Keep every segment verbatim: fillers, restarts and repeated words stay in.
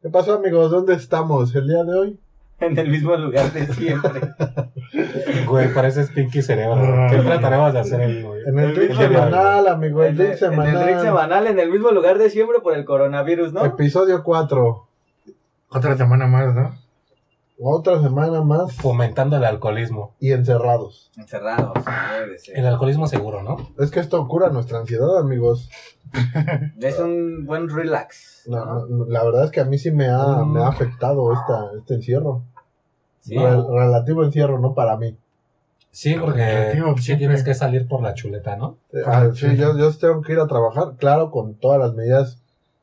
¿Qué pasó, amigos? ¿Dónde estamos el día de hoy? En el mismo lugar de siempre. Güey, pareces Pinky Cerebro. güey. ¿Qué trataremos de hacer el güey? En el El drink mismo semanal, amigo, el En drink el, en semanal. el drink semanal, en el mismo lugar de siempre por el coronavirus, ¿no? Episodio cuatro. Otra semana más, ¿no? Otra semana más Fomentando el alcoholismo. y encerrados. Encerrados, debe ser. El alcoholismo seguro, ¿no? Es que esto cura nuestra ansiedad, amigos. Es un buen relax. No, ¿no? no, la verdad es que a mí sí me ha, Mm. me ha afectado esta, este encierro. Sí. Rel- relativo encierro, no para mí. Sí, porque Relativo, sí siempre. tienes que salir por la chuleta, ¿no? Eh, ah, sí, yo, yo tengo que ir a trabajar, claro, con todas las medidas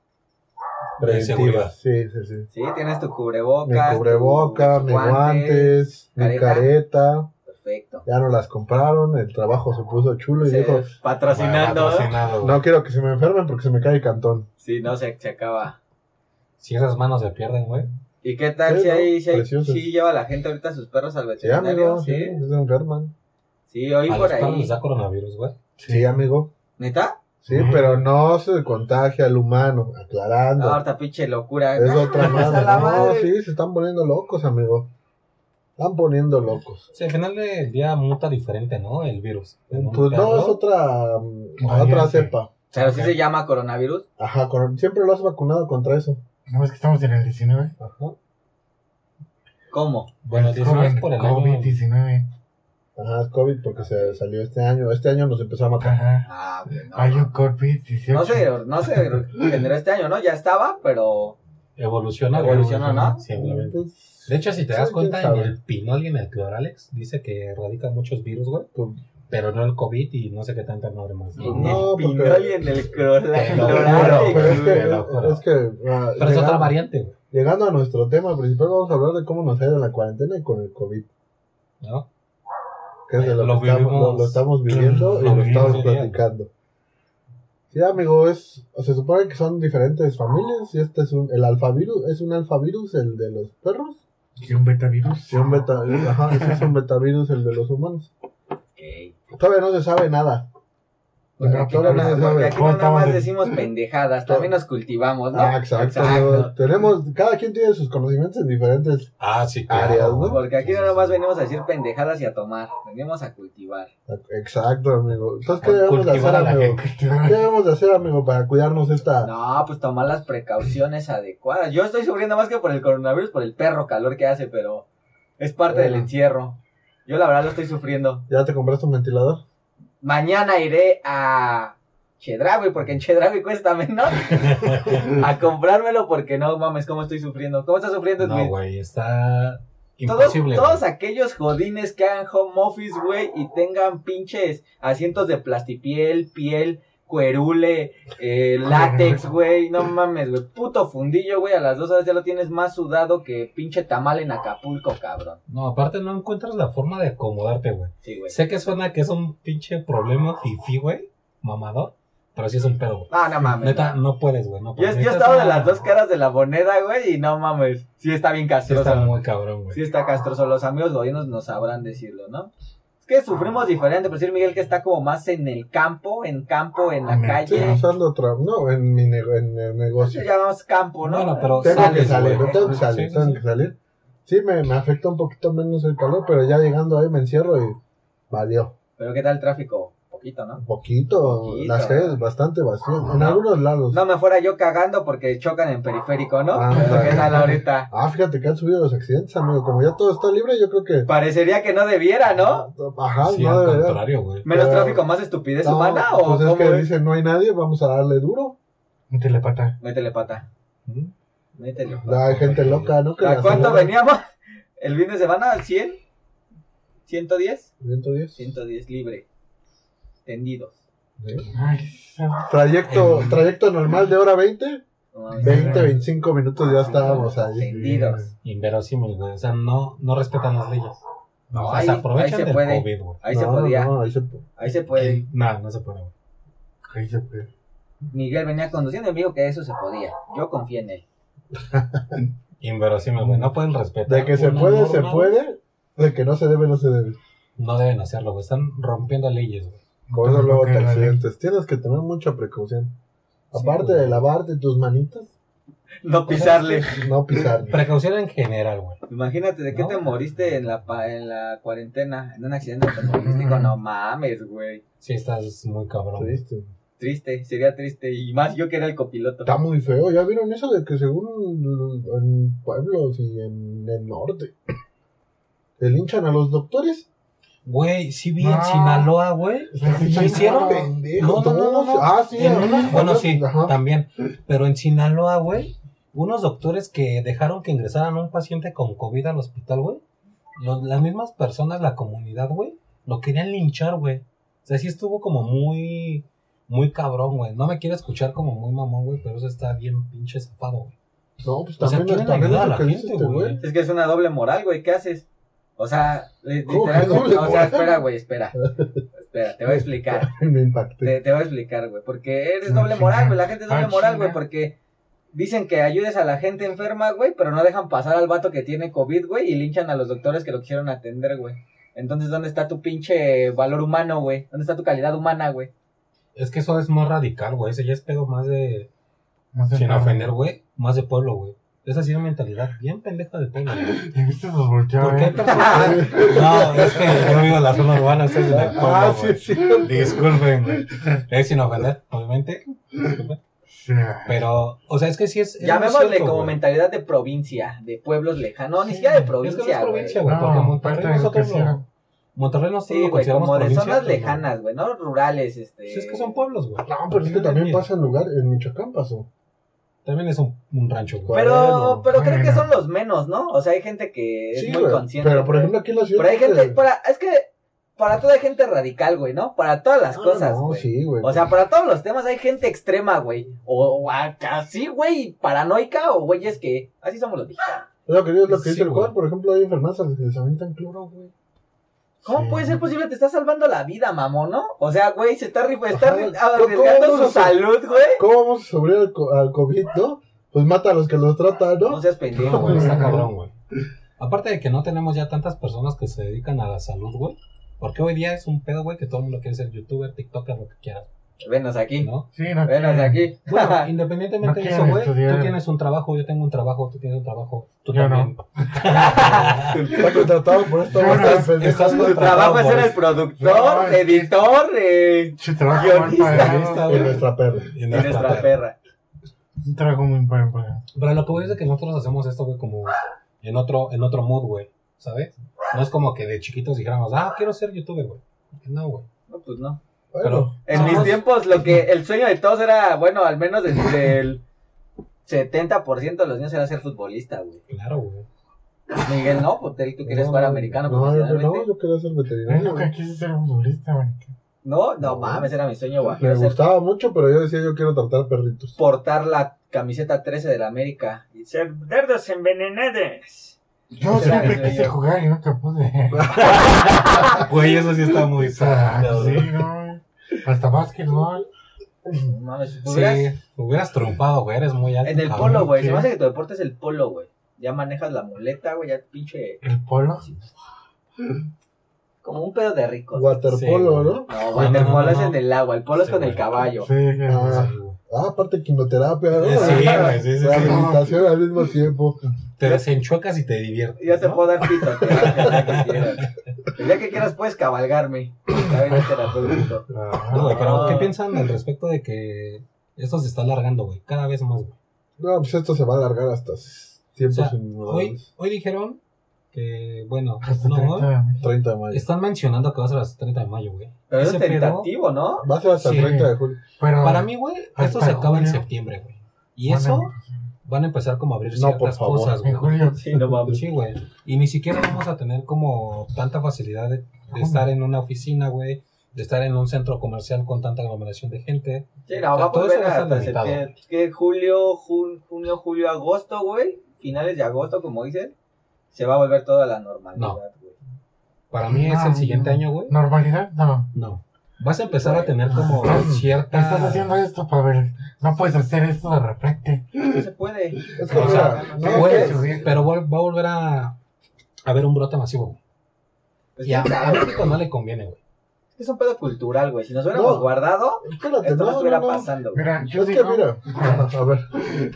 De seguridad. preventivas. Sí, sí, sí. Sí, tienes tu Mi cubrebocas. cubreboca, tus mis guantes, mi careta. careta. Perfecto. Ya no las compraron, el trabajo se puso chulo y Se- dijo, patrocinando. Bueno, patrocinado, güey. no quiero que se me enfermen porque se me cae el cantón. Sí, no, se, se acaba. Si esas manos se pierden, güey. ¿Y qué tal Sí, si, ¿no? hay, si, hay- Preciosos. si lleva la gente ahorita a sus perros al Sí, veterinario? amigo, sí, se enferman. Sí, oí A por los perros ahí. les da coronavirus, güey. Sí, amigo. ¿Neta? Sí, Ujú. pero no se contagia al humano, aclarando. No, ahorita pinche locura. Es Ah, otra a madre. la No, madre. sí, se están poniendo locos, amigo. Están poniendo locos. Sí, al final del día muta diferente, ¿no? El virus. En un Pues no, perro, es otra, mm, Variante. otra cepa. Pero sí Ok. se llama coronavirus. Ajá, con- siempre lo has vacunado contra eso. No, es que estamos en el diecinueve. Ajá. ¿Cómo? Bueno, Es diecinueve es joven, por el COVID año. diecinueve. Ajá, es COVID porque se salió este año. Este año nos empezó a matar. Ajá. Ah, bueno. Hay un COVID dieciocho. No se, no se generó este año, ¿no? Ya estaba, pero... Evoluciona. Evoluciona, ¿no? Simplemente. Pues, De hecho, si te sí, das quién cuenta, en sabe. el pinol y en el cloralex dice que erradica muchos virus, güey. Pues, Pero no el COVID y no sé qué tanta madre más. En No, el porque- pinol y en el cloral. Te lo pero, pero es que, Te lo juro. es que ah, Pero es otra llegando, variante, güey. llegando a nuestro tema principal, vamos a hablar de cómo nos ha ido en la cuarentena y con el COVID. ¿No? Que es de lo, Lo que estamos, vivimos- lo, lo estamos viviendo y lo lo estamos vivimos bien. platicando. Sí, amigo, es, se supone que son diferentes familias y este es un, el alfavirus, es un alfavirus el de los perros Y un betavirus. y un beta, ajá, ese es un betavirus el de los humanos. Ok. Todavía no se sabe nada. No, Todavía no se Porque sabe. aquí no nada más decimos pendejadas, también nos cultivamos, ¿no? Ah, exacto. amigo. Tenemos, cada quien tiene sus conocimientos en diferentes. Ah, sí, claro. Áreas, ¿no? Porque aquí no nada más venimos a decir pendejadas y a tomar, venimos a cultivar. Exacto, amigo. Entonces, ¿qué debemos de hacer, Cultivar a la amigo? gente. ¿Qué debemos de hacer, amigo, para cuidarnos esta? No, pues tomar las precauciones adecuadas. Yo estoy sufriendo más que por el coronavirus, por el perro calor que hace, pero es parte Bueno. del encierro. Yo la verdad lo estoy sufriendo. ¿Ya te compraste un ventilador? Mañana iré a Chedraui, porque en Chedraui cuesta menos, a comprármelo porque no mames, cómo estoy sufriendo. ¿Cómo estás sufriendo, No, Edwin? güey, está Todos, imposible. todos güey. aquellos jodines que hagan home office, güey, y tengan pinches asientos de plastipiel, piel, cuerule, eh, látex, güey, no mames, güey, puto fundillo, güey, a las dos horas ya lo tienes más sudado que pinche tamal en Acapulco, cabrón. No, aparte no encuentras la forma de acomodarte, güey. Sí, güey. Sé que suena que es un pinche problema fifi, güey, mamador, pero sí es un pedo, güey. No, no mames. Neta, no. no puedes, güey, no Yo, puedes. yo he Necesitas estado de una- las dos caras de la moneda, güey, y no mames, sí está bien Sí castroso. está muy cabrón, güey. Sí está castroso, los amigos gobiernos nos sabrán decirlo, ¿no? Es que sufrimos diferente, por decir Miguel que está como más en el campo, en campo, en la En el- Sí, calle. usando otra. No, en mi nego- en el Eso negocio. llamamos campo, ¿no? Bueno, pero Tengo que sales, salir, güey. tengo que salir, Sí, sí, tengo sí. que salir. Sí, me, me afecta un poquito menos el calor, pero ya llegando ahí me encierro y valió. Pero ¿qué tal el tráfico? Poquito, ¿no? Un poquito, Poquito. las calles bastante vacías. En No. algunos lados. No me fuera yo cagando porque chocan en periférico, ¿no? Ah, Pero ¿qué claro. tal ahorita? Ah, fíjate que han subido los accidentes, amigo. Como ya todo está libre, yo creo que. Parecería que no debiera, ¿no? Ajá, Sí, no al debería. contrario, güey. Menos Pero- tráfico, más estupidez No, humana o pues es cómo que es? dicen no hay nadie, vamos a darle duro. Métele pata. Métele pata. ¿Mm? Métele pata. La hay gente loca, ¿no? Que ¿A la cuánto aceleran. veníamos? ¿El fin de semana? ¿Al cien? ¿ciento diez? ciento diez. ciento diez libre. Tendidos. Sí. Ay, Trayecto, trayecto normal de hora veinte. No mames. veinte, veinticinco minutos ya estábamos ahí. Tendidos. Inverosímil, güey. O sea, no, no respetan las leyes. No, o sea, ahí- se aprovechan ahí se del puede. COVID, güey. Ahí no, se podía. No, ahí se Ahí se puede. No, no se puede, güey. ahí se puede. Miguel venía conduciendo y me dijo que eso se podía. Yo confié en él. Inverosímil, güey. No pueden respetar. De que se una puede, se norma, güey. puede. De que no se debe, no se debe. No deben hacerlo, güey. Están rompiendo leyes, güey. Por eso luego te Porque la ley- accidentes. Tienes que tener mucha precaución. Sí, Aparte güey. de lavarte tus manitas, No pisarle. No pisar. Precaución en general, güey. Imagínate, ¿de qué No. te moriste en la pa- en la cuarentena? En un accidente automovilístico. No mames, güey. Sí, estás muy cabrón. güey. Triste. Triste, sería triste. Y más yo que era el copiloto. Está muy feo. ¿Ya vieron eso de que según en pueblos y en el norte le linchan a los doctores? Güey, sí vi No. en Sinaloa, güey. ¿Lo hicieron? Pendejos, No, no, no, no, no. Ah, sí. En- ajá, bueno, sí, ajá. también. Pero en Sinaloa, güey, unos doctores que dejaron que ingresaran a un paciente con COVID al hospital, güey. los- Las mismas personas, la comunidad, güey, lo querían linchar, güey. O sea, sí estuvo como muy, muy cabrón, güey. No me quiero escuchar como muy mamón, güey, pero eso está bien pinche zafado, güey. No, pues O sea, también, quieren también ayudar es a lo la que dice gente, este güey. güey. Es que es una doble moral, güey. ¿Qué haces? O sea, li- ¿Cómo que literalmente. doble O sea, moral? espera, güey, espera. Espera, te voy a explicar. Me impacté. Te, te voy a explicar, güey. Porque eres doble moral, güey. La gente es doble Ah, moral, güey. chinga. Porque dicen que ayudes a la gente enferma, güey. Pero no dejan pasar al vato que tiene COVID, güey. Y linchan a los doctores que lo quisieron atender, güey. Entonces, ¿dónde está tu pinche valor humano, güey? ¿Dónde está tu calidad humana, güey? Es que eso es más radical, güey. Ese ya es pedo más de, No sé, sin no. ofender, güey, más de pueblo, güey. Esa sí es una mentalidad bien pendeja de pueblo, güey. ¿Y viste los volteaba, ¿Por qué hay eh? personas? No, es que yo vivo en la zona urbana, ustedes en el pueblo, Ah, sí, güey. sí. Disculpen, güey. Es sin ofender, obviamente. Disculpen. Sí. Pero, o sea, es que sí es. es muy Llamémosle cierto, como güey. mentalidad de provincia, de pueblos lejanos. No, ni Sí, siquiera de Es que no es provincia, güey. provincia, güey, No, porque Monterrey parte de nosotros educación. no. Monterrey nosotros Sí, lo güey, consideramos como de provincia, zonas pero no. lejanas, güey, ¿no? Rurales, este. Sí, es que son pueblos, güey. No, pero es que también pasa en lugar, en Michoacán pasó. También es un, un rancho, güey. Pero, Bueno, pero creo que bueno. son los menos, ¿no? O sea, hay gente que es Sí, muy güey, consciente. pero por güey. ejemplo aquí en la ciudad. Pero hay gente, eh, para, es que para todo hay gente radical, güey, ¿no? Para todas las no, cosas, no, güey. sí, güey. O sea, para todos los temas hay gente extrema, güey. O, o así, güey, paranoica, o güeyes que así somos los mexicanos. Es lo que, es lo que Sí, dice el güey. Juan, por ejemplo, hay enfermedades a las que les aventan cloro, güey. ¿Cómo Sí. puede ser posible? Te está salvando la vida, mamón, ¿no? O sea, güey, se está, rif- está Ajá. arri- ¿Cómo arriesgando vamos a su hacer? salud, güey. ¿Cómo vamos a sobrevivir al, co- al COVID, no? Pues mata a los que los tratan, ¿no? No seas No, pendejo, güey, güey. está cabrón, güey. Aparte de que no tenemos ya tantas personas que se dedican a la salud, güey. Porque hoy día es un pedo, güey, que todo el mundo quiere ser youtuber, tiktoker, lo que quieras, Venos aquí. ¿no? Sí, no Venos quieren. aquí. Bueno, independientemente No de eso, quieren güey, estudiar. tú tienes un trabajo, yo tengo un trabajo, tú tienes un trabajo, tú Yo también. Está contratado por esta Yo banda no- de estás pendejadas. contratado. Tu trabajo es ser el No, productor, es- editor, eh, Sí, trabajo Guionista. mal Guionista, pagado. Y nuestra perra. Y y nuestra nuestra perra. perra. Un trabajo muy mal pagado. Pero lo que voy es de que nosotros hacemos esto, güey, como en otro, en otro mood, güey, ¿sabes? No es como que de chiquitos dijéramos, ah, quiero ser youtuber, güey. No, güey. No, pues no. Bueno, En Somos- mis tiempos, lo que el sueño de todos era, bueno, al menos desde el setenta por ciento de los niños era ser futbolista, güey. Claro, güey. Miguel, no, pues él, tú quieres no, jugar americano No, yo, no, profesionalmente. yo quería ser Yo veterinario. nunca quise ser futbolista, man. No, no mames, era mi sueño, güey. Me Quiero ser- gustaba mucho, pero yo decía, yo quiero tratar perritos. portar la camiseta trece de la América y ser verdes envenenados. Yo Ese era siempre mi quise sueño. jugar y nunca pude. Güey, eso sí está muy O sea, sad, sí, güey. no. Hasta básquetbol. No mames, hubieras- Sí, hubieras triunfado, güey, eres muy alto. en el cabrón. polo, güey. Se ¿qué? me hace que tu deporte es el polo, güey. Ya manejas la muleta, güey, ya pinche. El polo. Como un pedo de ricos. Waterpolo, Sí, güey. ¿no? No, waterpolo no, no, es no. en el agua, el polo es Sí, con el güey. caballo. Sí, que- Ah. Sí, güey. Ah, aparte quimioterapia, ¿no? Sí, güey, sí, sí, sí. Rehabilitación al mismo tiempo. Te desenchuecas y te diviertes. Yo te ¿no? puedo dar pito, tío, el día que quieras. El día que quieras puedes cabalgarme. Está bien terapéutico. Ah, No, güey, pero Ah. ¿qué piensan al respecto de que esto se está alargando, güey? Cada vez más, güey. No, pues esto se va a alargar hasta O tiempos sea, inmemorables. hoy, hoy dijeron que, bueno, hasta no, treinta. treinta de mayo. están mencionando que va a ser hasta treinta de mayo, güey. Pero eso Ese es pedo- tentativo, ¿no? Va a ser hasta Sí. el treinta de julio. Pero Para mí, güey, esto hasta se acaba en julio. septiembre, güey. Y Bueno, eso van a empezar como a abrir No, por ciertas favor. cosas, en güey. julio. Sí, no mames. Sí, güey. Y ni siquiera vamos a tener como tanta facilidad de, de estar en una oficina, güey. De estar en un centro comercial con tanta aglomeración de gente. Sí, no, O sea, va a todo volver eso va a estar hasta limitado. septiembre. Que julio, jun- junio, julio, agosto, güey. Finales de agosto, como dicen. Se va a volver toda la normalidad, No. güey. Para mí es No, el siguiente no. año, güey. Normalidad, no. No. Vas a empezar a tener como cierta... Estás haciendo esto para ver. No puedes hacer esto de repente. No se puede. Es que O sea, mira, no, güey, es que- pero vol- va a volver a a haber un brote masivo, güey. Pues Y a, quién a sabe. México no le conviene, güey. Es que es un pedo cultural, güey. Si nos hubiéramos No. guardado, espérate, esto no, no, estuviera no, no. pasando, güey. Mira, yo Es que digo. mira, a ver,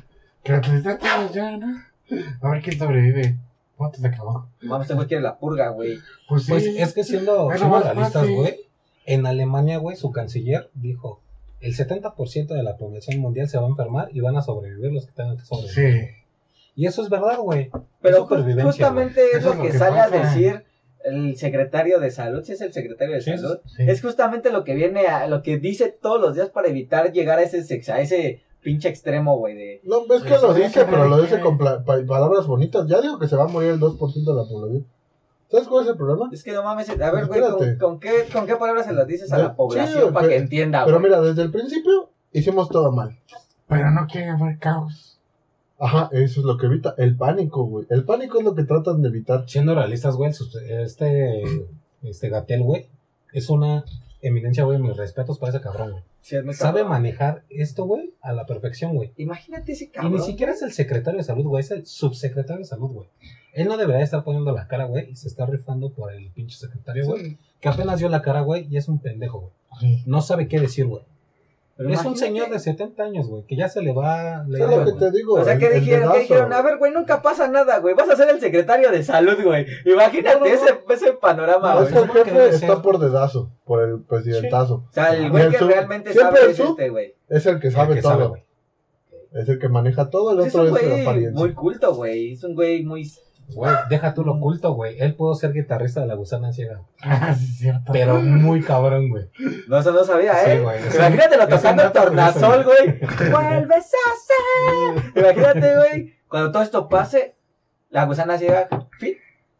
Que la tercera todos ya, ¿no? A ver quién sobrevive. ¿Cuánto se acabó? Mames, este güey quiere la purga, güey. Pues sí. Pues es que siendo, Es lo siendo más realistas, fácil. güey, en Alemania, güey, su canciller dijo, el setenta por ciento de la población mundial se va a enfermar y van a sobrevivir los que tengan que sobrevivir. Sí. Y eso es verdad, güey. Pero Es supervivencia, justamente güey. es Eso lo es lo que que sale a pasa. decir el secretario de salud, si es el secretario de Sí, salud, sí. es justamente lo que viene a, lo que dice todos los días para evitar llegar a ese sex, a ese pinche extremo, güey, de... No, ves que lo dice, pero lo dice con pla- pa- palabras bonitas. Ya digo que se va a morir el dos por ciento de la población. ¿Sabes cuál es el problema? Es que no mames, a ver, güey, ¿con, Espérate. con qué, ¿con qué palabras se las dices a Sí, la población para pero- que entienda, Pero güey? mira, desde el principio hicimos todo mal. Pero no quiere haber caos. Ajá, eso es lo que evita. El pánico, güey. El pánico es lo que tratan de evitar. Siendo realistas, güey, sus- este, este Gatell, güey, es una eminencia, güey, mis respetos para ese cabrón, güey. Sí, es muy Sabe cabrón. manejar esto, güey, a la perfección, güey. Imagínate ese Y cabrón. ni siquiera es el secretario de salud, güey, es el subsecretario de salud, güey. Él no debería estar poniendo la cara, güey, y se está rifando por el pinche secretario, güey. Que apenas dio la cara, güey, y es un pendejo, güey. Sí. No sabe qué decir, güey. Pero Es un imagínate. señor de setenta años, güey, que ya se le va... Le Es va, lo que güey. te digo. O sea, el- ¿qué el dijeron? ¿Qué dedazo. dijeron? A ver, güey, nunca pasa nada, güey. Vas a ser el secretario de salud, güey. Imagínate No, no, no. ese, ese panorama, No, Es güey. que el Supongo que jefe debe está ser. por dedazo, por el presidentazo. O sea, el Y güey el que sub- realmente siempre sabe el es sub- este, güey. Es el que El sabe que todo. sabe, güey. Es el que maneja todo, el Es otro un es la güey apariencia. muy culto, güey. Es un güey muy... Güey, deja tú lo oculto, güey. Él pudo ser guitarrista de la gusana ciega. Ah, sí, es cierto. Pero muy cabrón, güey. No, eso no sabía, Sí, ¿eh? güey, es Imagínate lo un- es tocando un el dato tornasol, curioso, güey. Vuelves a ser. Imagínate, güey. Cuando todo esto pase, la gusana ciega... Fit.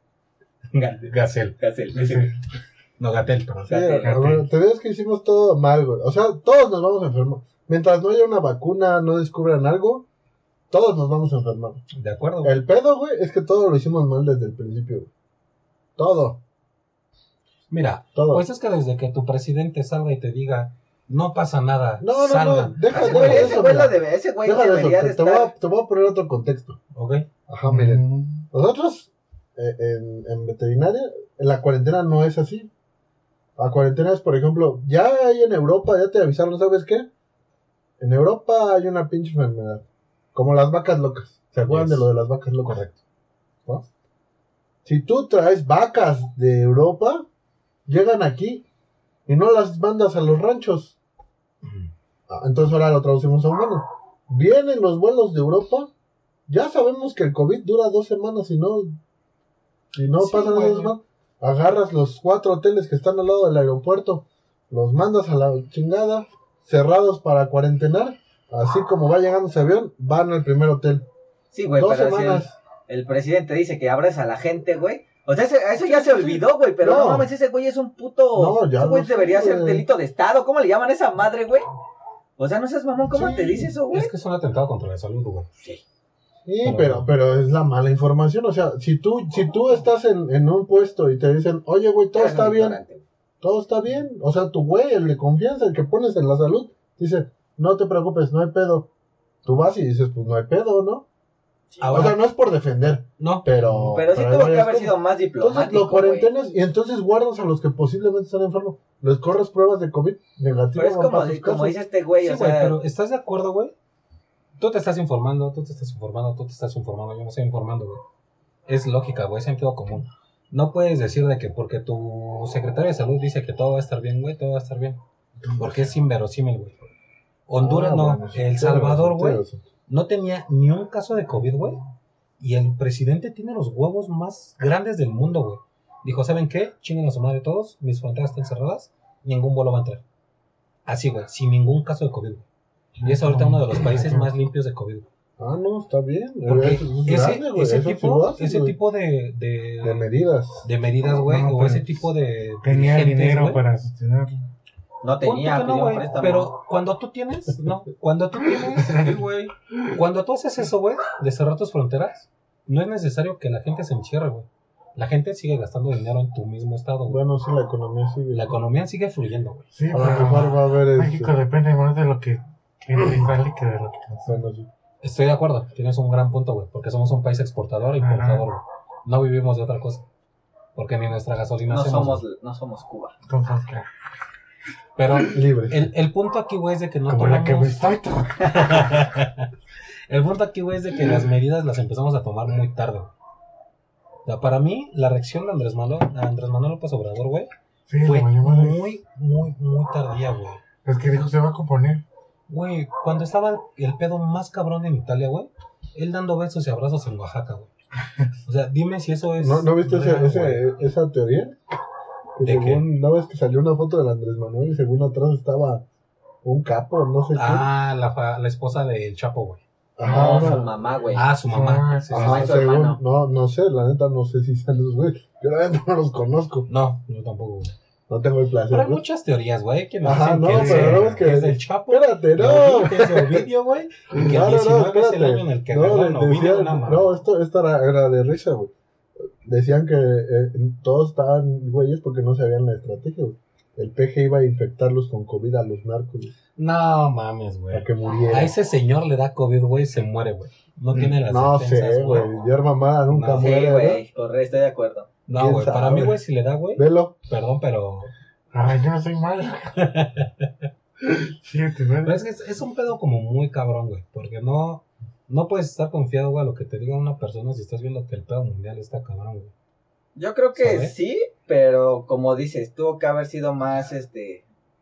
Gacel. Gacel. No, Gatel, perdón. Sí, a ver, te digo que hicimos todo mal, güey. O sea, todos nos vamos a enfermar. Mientras no haya una vacuna, no descubran algo, todos nos vamos a enfermar. De acuerdo, güey. El pedo, güey, es que todo lo hicimos mal desde el principio, güey. Todo, Mira, todo. pues es que desde que tu presidente salga y te diga, no pasa nada, no, no, no, salgan. deja, Ese deja güey, de ese eso, güey, lo mira. debe, ese güey Deja de eso, debería de te, te voy a, estar... te voy a poner otro contexto. Ok. Ajá, miren. Mm. Nosotros, eh, en, en veterinaria, en la cuarentena no es así. La cuarentena es, por ejemplo, ya hay en Europa, ya te avisaron, ¿sabes qué? En Europa hay una pinche enfermedad. Como las vacas locas. ¿Se acuerdan Yes. de lo de las vacas locas? Correcto. ¿No? Si tú traes vacas de Europa, llegan aquí y no las mandas a los ranchos. Ah, entonces ahora lo traducimos a humanos. Vienen los vuelos de Europa. Ya sabemos que el COVID dura dos semanas y no, y no Sí, pasan güey. esas semanas. Agarras los cuatro hoteles que están al lado del aeropuerto, los mandas a la chingada, cerrados para cuarentenar. Así como va llegando ese avión, van al primer hotel. Sí, güey, Dos pero si el, semanas. el presidente dice que abres a la gente, güey. O sea, ese- eso ya se olvidó, güey, pero no. No. mames, ese güey es un puto... No, ya ese güey lo sé, debería ser güey. delito de Estado. ¿Cómo le llaman a esa madre, güey? O sea, no seas mamón, ¿cómo Sí, te dice eso, güey? Es que es un atentado contra la salud, güey. Sí, Pero- pero, pero es la mala información. O sea, si tú, si tú estás en, en un puesto y te dicen, oye, güey, todo Eres está un bien, ignorante, güey. todo está bien. O sea, tu güey, el de confianza, el que pones en la salud, dice, no te preocupes, no hay pedo. Tú vas y dices, pues no hay pedo, ¿no? Ahora, O sea, no es por defender, no. pero... Pero sí hay tuvo que varias haber cosas. sido más Entonces diplomático, lo güey. cuarentenas y entonces guardas a los que posiblemente están enfermos. Les corres pruebas de COVID negativas. Pero es van como, para sus como casas. dice este güey, Sí, o güey, sea... pero ¿estás de acuerdo, güey? Tú te estás informando, tú te estás informando, tú te estás informando, yo me estoy informando, güey. Es lógica, güey, es sentido común. No puedes decir de que porque tu secretario de salud dice que todo va a estar bien, güey, todo va a estar bien. Porque es inverosímil, güey. Honduras Ah, no, bueno, sí, El tienes Salvador, razón, güey, tienes razón. no tenía ni un caso de COVID, güey. Y el presidente tiene los huevos más grandes del mundo, güey. Dijo, ¿saben qué? Chinguen a su madre todos, mis fronteras están cerradas, ningún vuelo va a entrar. Así, güey, sin ningún caso de COVID, güey. Y es ahorita uno de los países más limpios de COVID, güey. Ah, no, está bien. Porque Es- es ese, grande, güey, ese eso sí tipo, lo hace, ese güey. tipo de, de, de medidas. de medidas, güey, No, o pero ese tipo de Tenía dirigentes, dinero güey, para sostenerlo. No punto tenía, que no, pidió un güey, préstamo. pero cuando tú tienes, no, cuando tú tienes, güey, cuando tú haces eso, güey, de cerrar tus fronteras, no es necesario que la gente se encierre, güey. La gente sigue gastando dinero en tu mismo estado, güey. Bueno, sí, la economía sigue. La economía sigue fluyendo, güey. Sí, A lo mejor pero va a haber. México Este, depende más de lo que que entra y sale que de lo que consume. bueno, sí. Estoy de acuerdo, tienes un gran punto, güey, porque somos un país exportador e importador, güey. No vivimos de otra cosa. Porque ni nuestra gasolina No hacemos, somos, güey. no somos Cuba. Entonces, ¿qué? Pero Libre. el, el punto aquí, güey, es de que no Como la que me tomamos... estoy tomando. El punto aquí, güey, es de que las medidas las empezamos a tomar muy tarde. O sea, para mí, la reacción de Andrés Manuel, Andrés Manuel López Obrador, güey, Sí, fue la valió madre. muy, muy, muy tardía, güey. Es que dijo se va a componer. Güey, cuando estaba el pedo más cabrón en Italia, güey, él dando besos y abrazos en Oaxaca, güey. O sea, dime si eso es... ¿No, ¿no viste ese, real, ese, güey. esa teoría? Que ¿De según, ¿no ves que salió una foto del Andrés Manuel y según atrás estaba un capo, no sé Ah, la, fa- la esposa del Chapo, güey. qué? No, Ajá, su una- mamá, güey. Ah, su mamá. Ah, Sí, sí, mamá sí. y su según, hermano. no, no sé, la neta no sé si salen los güeyes. Yo la neta no los conozco. No, yo tampoco, güey. No tengo el placer. Pero hay ¿no? muchas teorías, güey, que nos Ajá, dicen no, que, es, pero de- no es que- que es del Chapo. Espérate, que no. Ovidio, que es de Ovidio, güey. Y que No, el no, no, diecinueve es el espérate. año en el que No, agarraron de- a Ovidio decían- una mamá. no, esto, esto era, era de risa, güey. Decían que eh, todos estaban güeyes porque no sabían la estrategia, güey. El P G iba a infectarlos con COVID a los narcos, güey, No mames, güey. para que murieran. A ese señor le da COVID, güey, se muere, güey. No tiene las No defensas, sé, güey. Dios mamá nunca No. Sí, muere, güey, correcto, estoy de acuerdo. No, ¿Quién güey, para sabe? mí, güey, si le da, güey, Velo. perdón, pero... Ay, yo no soy malo. Sí, te pero duele. es que es, es un pedo como muy cabrón, güey, porque no... No puedes estar confiado, güey, a lo que te diga una persona si estás viendo que el pedo mundial está cabrón, güey. Yo creo que ¿Sabe? sí, pero como dices, tuvo que haber sido más, este,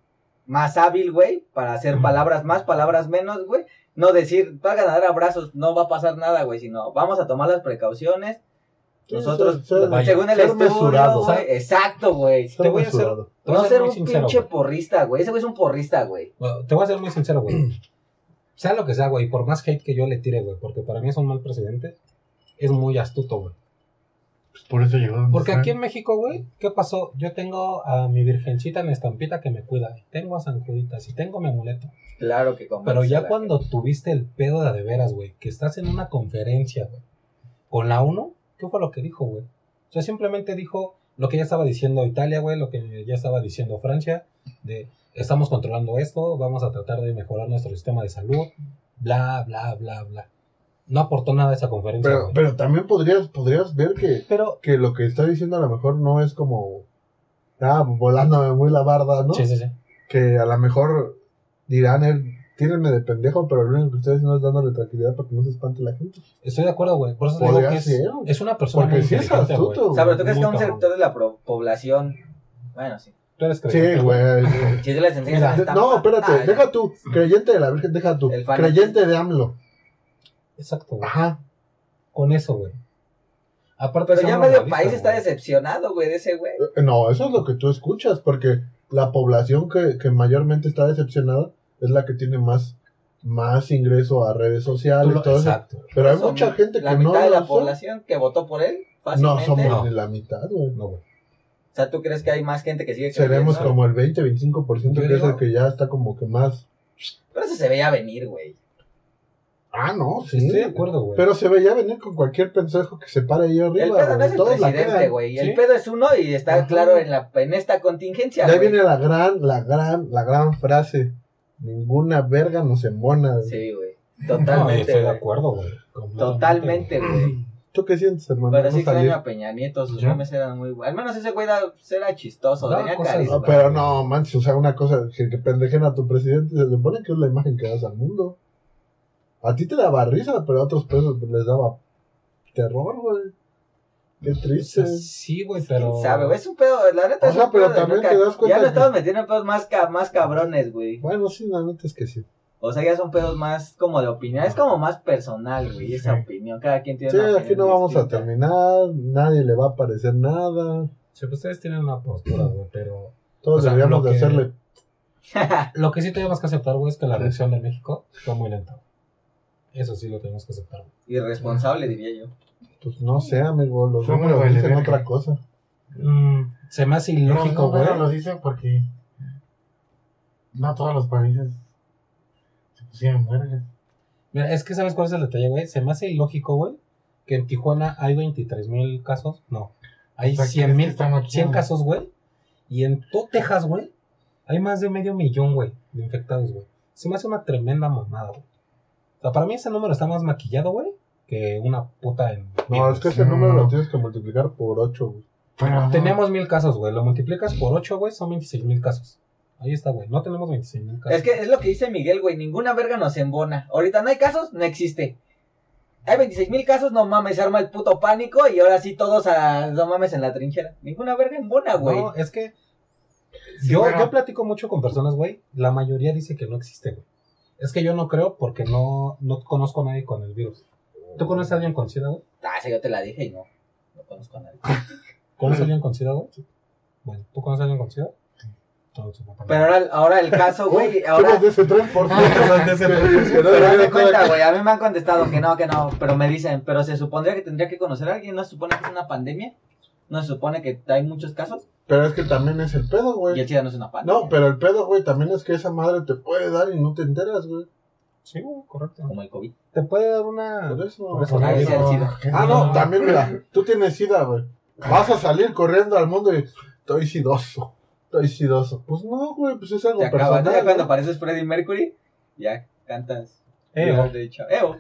más hábil, güey, para hacer palabras más, palabras menos, güey. No decir, vayan a dar abrazos, no va a pasar nada, güey, sino vamos a tomar las precauciones. Sí, Nosotros, ser- ser- vaya, según el ser estudio, mesurado, güey, exacto, güey. Ser Te voy a hacer- mesurado. Te voy a No ser ser muy un sincero, pinche güey. porrista, güey. Ese güey es un porrista, güey. Bueno, te voy a ser muy sincero, güey. Sea lo que sea, güey, por más hate que yo le tire, güey, porque para mí es un mal presidente, es muy astuto, güey. Pues por eso llegó donde Porque está. aquí en México, güey, ¿qué pasó? Yo tengo a mi virgencita en estampita que me cuida, y tengo a San Juditas, y tengo mi amuleto. Claro que convence Pero a ya la cuando tuviste el pedo de a de veras, güey, que estás en una conferencia, güey, con la ONU, ¿qué fue lo que dijo, güey? O sea, simplemente dijo lo que ya estaba diciendo Italia, güey, lo que ya estaba diciendo Francia, de estamos controlando esto, vamos a tratar de mejorar nuestro sistema de salud, bla, bla, bla, bla. No aportó nada a esa conferencia, Pero, güey. pero también podrías, podrías ver que, Pero, que lo que está diciendo a lo mejor no es como, ah, volándome muy la barda, ¿no? sí, sí, sí. Que a lo mejor dirán, él, tírenme de pendejo, pero lo único que ustedes haciendo es dándole tranquilidad para que no se espante la gente. Estoy de acuerdo, güey. Por eso te digo Podría que es, ser. es una persona Porque muy sí es inteligente, astuto, güey. O sea, pero tú crees que Muy un cabrón. sector de la pro- población, bueno, sí. Tú eres Sí, creyente, güey. Si tú les enseñas Mira, a De- estampa- No, espérate, Ah, deja tú, creyente de la Virgen, deja tú, El fanatismo. creyente de AMLO. Exacto, güey. Ajá. Con eso, güey. Aparte, Pero son ya medio normalistas, país está güey. decepcionado, güey, de ese güey. Eh, No, eso es lo que tú escuchas, porque la población que, que mayormente está decepcionada es la que tiene más, más ingreso a redes Tú sociales, lo- todo eso. Exacto. Pero hay Son mucha gente que la no mitad de la lo son. población que votó por él, No fácilmente. somos No. ni la mitad, güey. No, güey. O sea, ¿tú crees que hay más gente que sigue Seremos creyendo? como el veinte, veinticinco por ciento Yo que es digo- el que ya está como que más... Pero eso se veía venir, güey. Ah, no, sí. Estoy de acuerdo, güey. Pero se veía venir con cualquier pendejo que se pare ahí arriba. El pedo no güey. es el Todos la presidente, cagan. güey. ¿Sí? El pedo es uno y está Ajá. claro en la en esta contingencia, De ahí güey. viene la gran, la gran, la gran frase. Ninguna verga nos embona. güey. Sí, güey. No, yo Totalmente, estoy de güey. acuerdo, güey. Completamente, Totalmente, güey. ¿Tú qué sientes, hermano? Pero sí No salir. extraño a Peña Nieto, sus ¿Ya? memes eran muy buenos. Al menos ese güey da- era chistoso, Daba tenía cosas- carisma. No, pero no, manches, o sea, una cosa, que, que pendejen a tu presidente, se supone que es la imagen que das al mundo. A ti te daba risa, pero a otros presos les daba terror, güey. Qué O triste. sea, sí, güey, pero... ¿Quién sabe, güey? Es un pedo, la neta O es sea, un pero pedo de también nunca- te das cuenta Ya no que- estamos metiendo en pedos más, ca- más cabrones, güey. Bueno, sí, la neta es que sí. O sea, ya son pedos más como de opinión. Es como más personal, güey, esa Sí. opinión. Cada quien tiene Sí, una aquí opinión no vamos a distinta. terminar, nadie le va a parecer nada. Sí, pues ustedes tienen una postura, güey, pero... Todos O sea, deberíamos lo de que- hacerle. Lo que sí tenemos que aceptar, güey, es que la reacción de México fue muy lenta. Eso sí lo tenemos que aceptar, güey. Irresponsable, diría yo. Pues no sé, amigo, los Fue muy números vale dicen verga. otra cosa. Mm, se me hace ilógico, No, güey. no, lo dicen porque no todos los países se pusieron vergas. Mira, es que ¿sabes cuál es el detalle, güey? Se me hace ilógico, güey, que en Tijuana hay veintitrés mil casos. No, hay O sea, cien que mil, están aquí, cien güey. casos, güey. Y en todo Texas, güey, hay más de medio millón, güey, de infectados, güey. Se me hace una tremenda mamada, güey. O sea, para mí ese número está más maquillado, güey, que una puta en... No, es que ese No. número lo tienes que multiplicar por ocho, güey. Pero Tenemos mil casos, güey. Lo multiplicas por ocho, güey, son veintiséis mil casos. Ahí está, güey. No tenemos veintiséis mil casos. Es que es lo que dice Miguel, güey. Ninguna verga nos embona. Ahorita no hay casos, no existe. Hay veintiséis mil casos, no mames, se arma el puto pánico y ahora sí todos a, no mames, en la trinchera. Ninguna verga embona, güey. No, es que Sí, yo, pero- yo platico mucho con personas, güey. La mayoría dice que no existe, güey. Es que yo no creo porque no, no conozco a nadie con el virus. ¿Tú conoces a alguien con SIDA, güey? Ah, esa yo te la dije y no. No conozco a nadie. ¿Conoces a alguien con SIDA, güey? Bueno, ¿tú conoces a alguien con SIDA? Entonces, no, Pero ahora, ahora el caso, güey, Somos ahora... de ese tres por ciento. Somos de ese tres por ciento. Pero haz de cuenta, güey, a mí me han contestado que no, que no, pero me dicen, pero se supondría que tendría que conocer a alguien, ¿no se supone que es una pandemia? ¿No se supone que hay muchos casos? Pero es que también es el pedo, Y güey. el SIDA no es una pandemia. No, pero el pedo, güey, también es que esa madre te puede dar y no te enteras, güey. Sí, güey, correcto. Como el COVID. Te puede dar una... Por eso. Por eso, Ah, güey. ese es el SIDA. Ah, no, también, mira, tú tienes sida, güey. Vas a salir corriendo al mundo y estoy sidoso, estoy sidoso. Pues no, güey, pues es algo Te acaba, ¿no? personal. Ya cuando ¿no? apareces Freddie Mercury, ya cantas. Eo. Ya has dicho, Eo.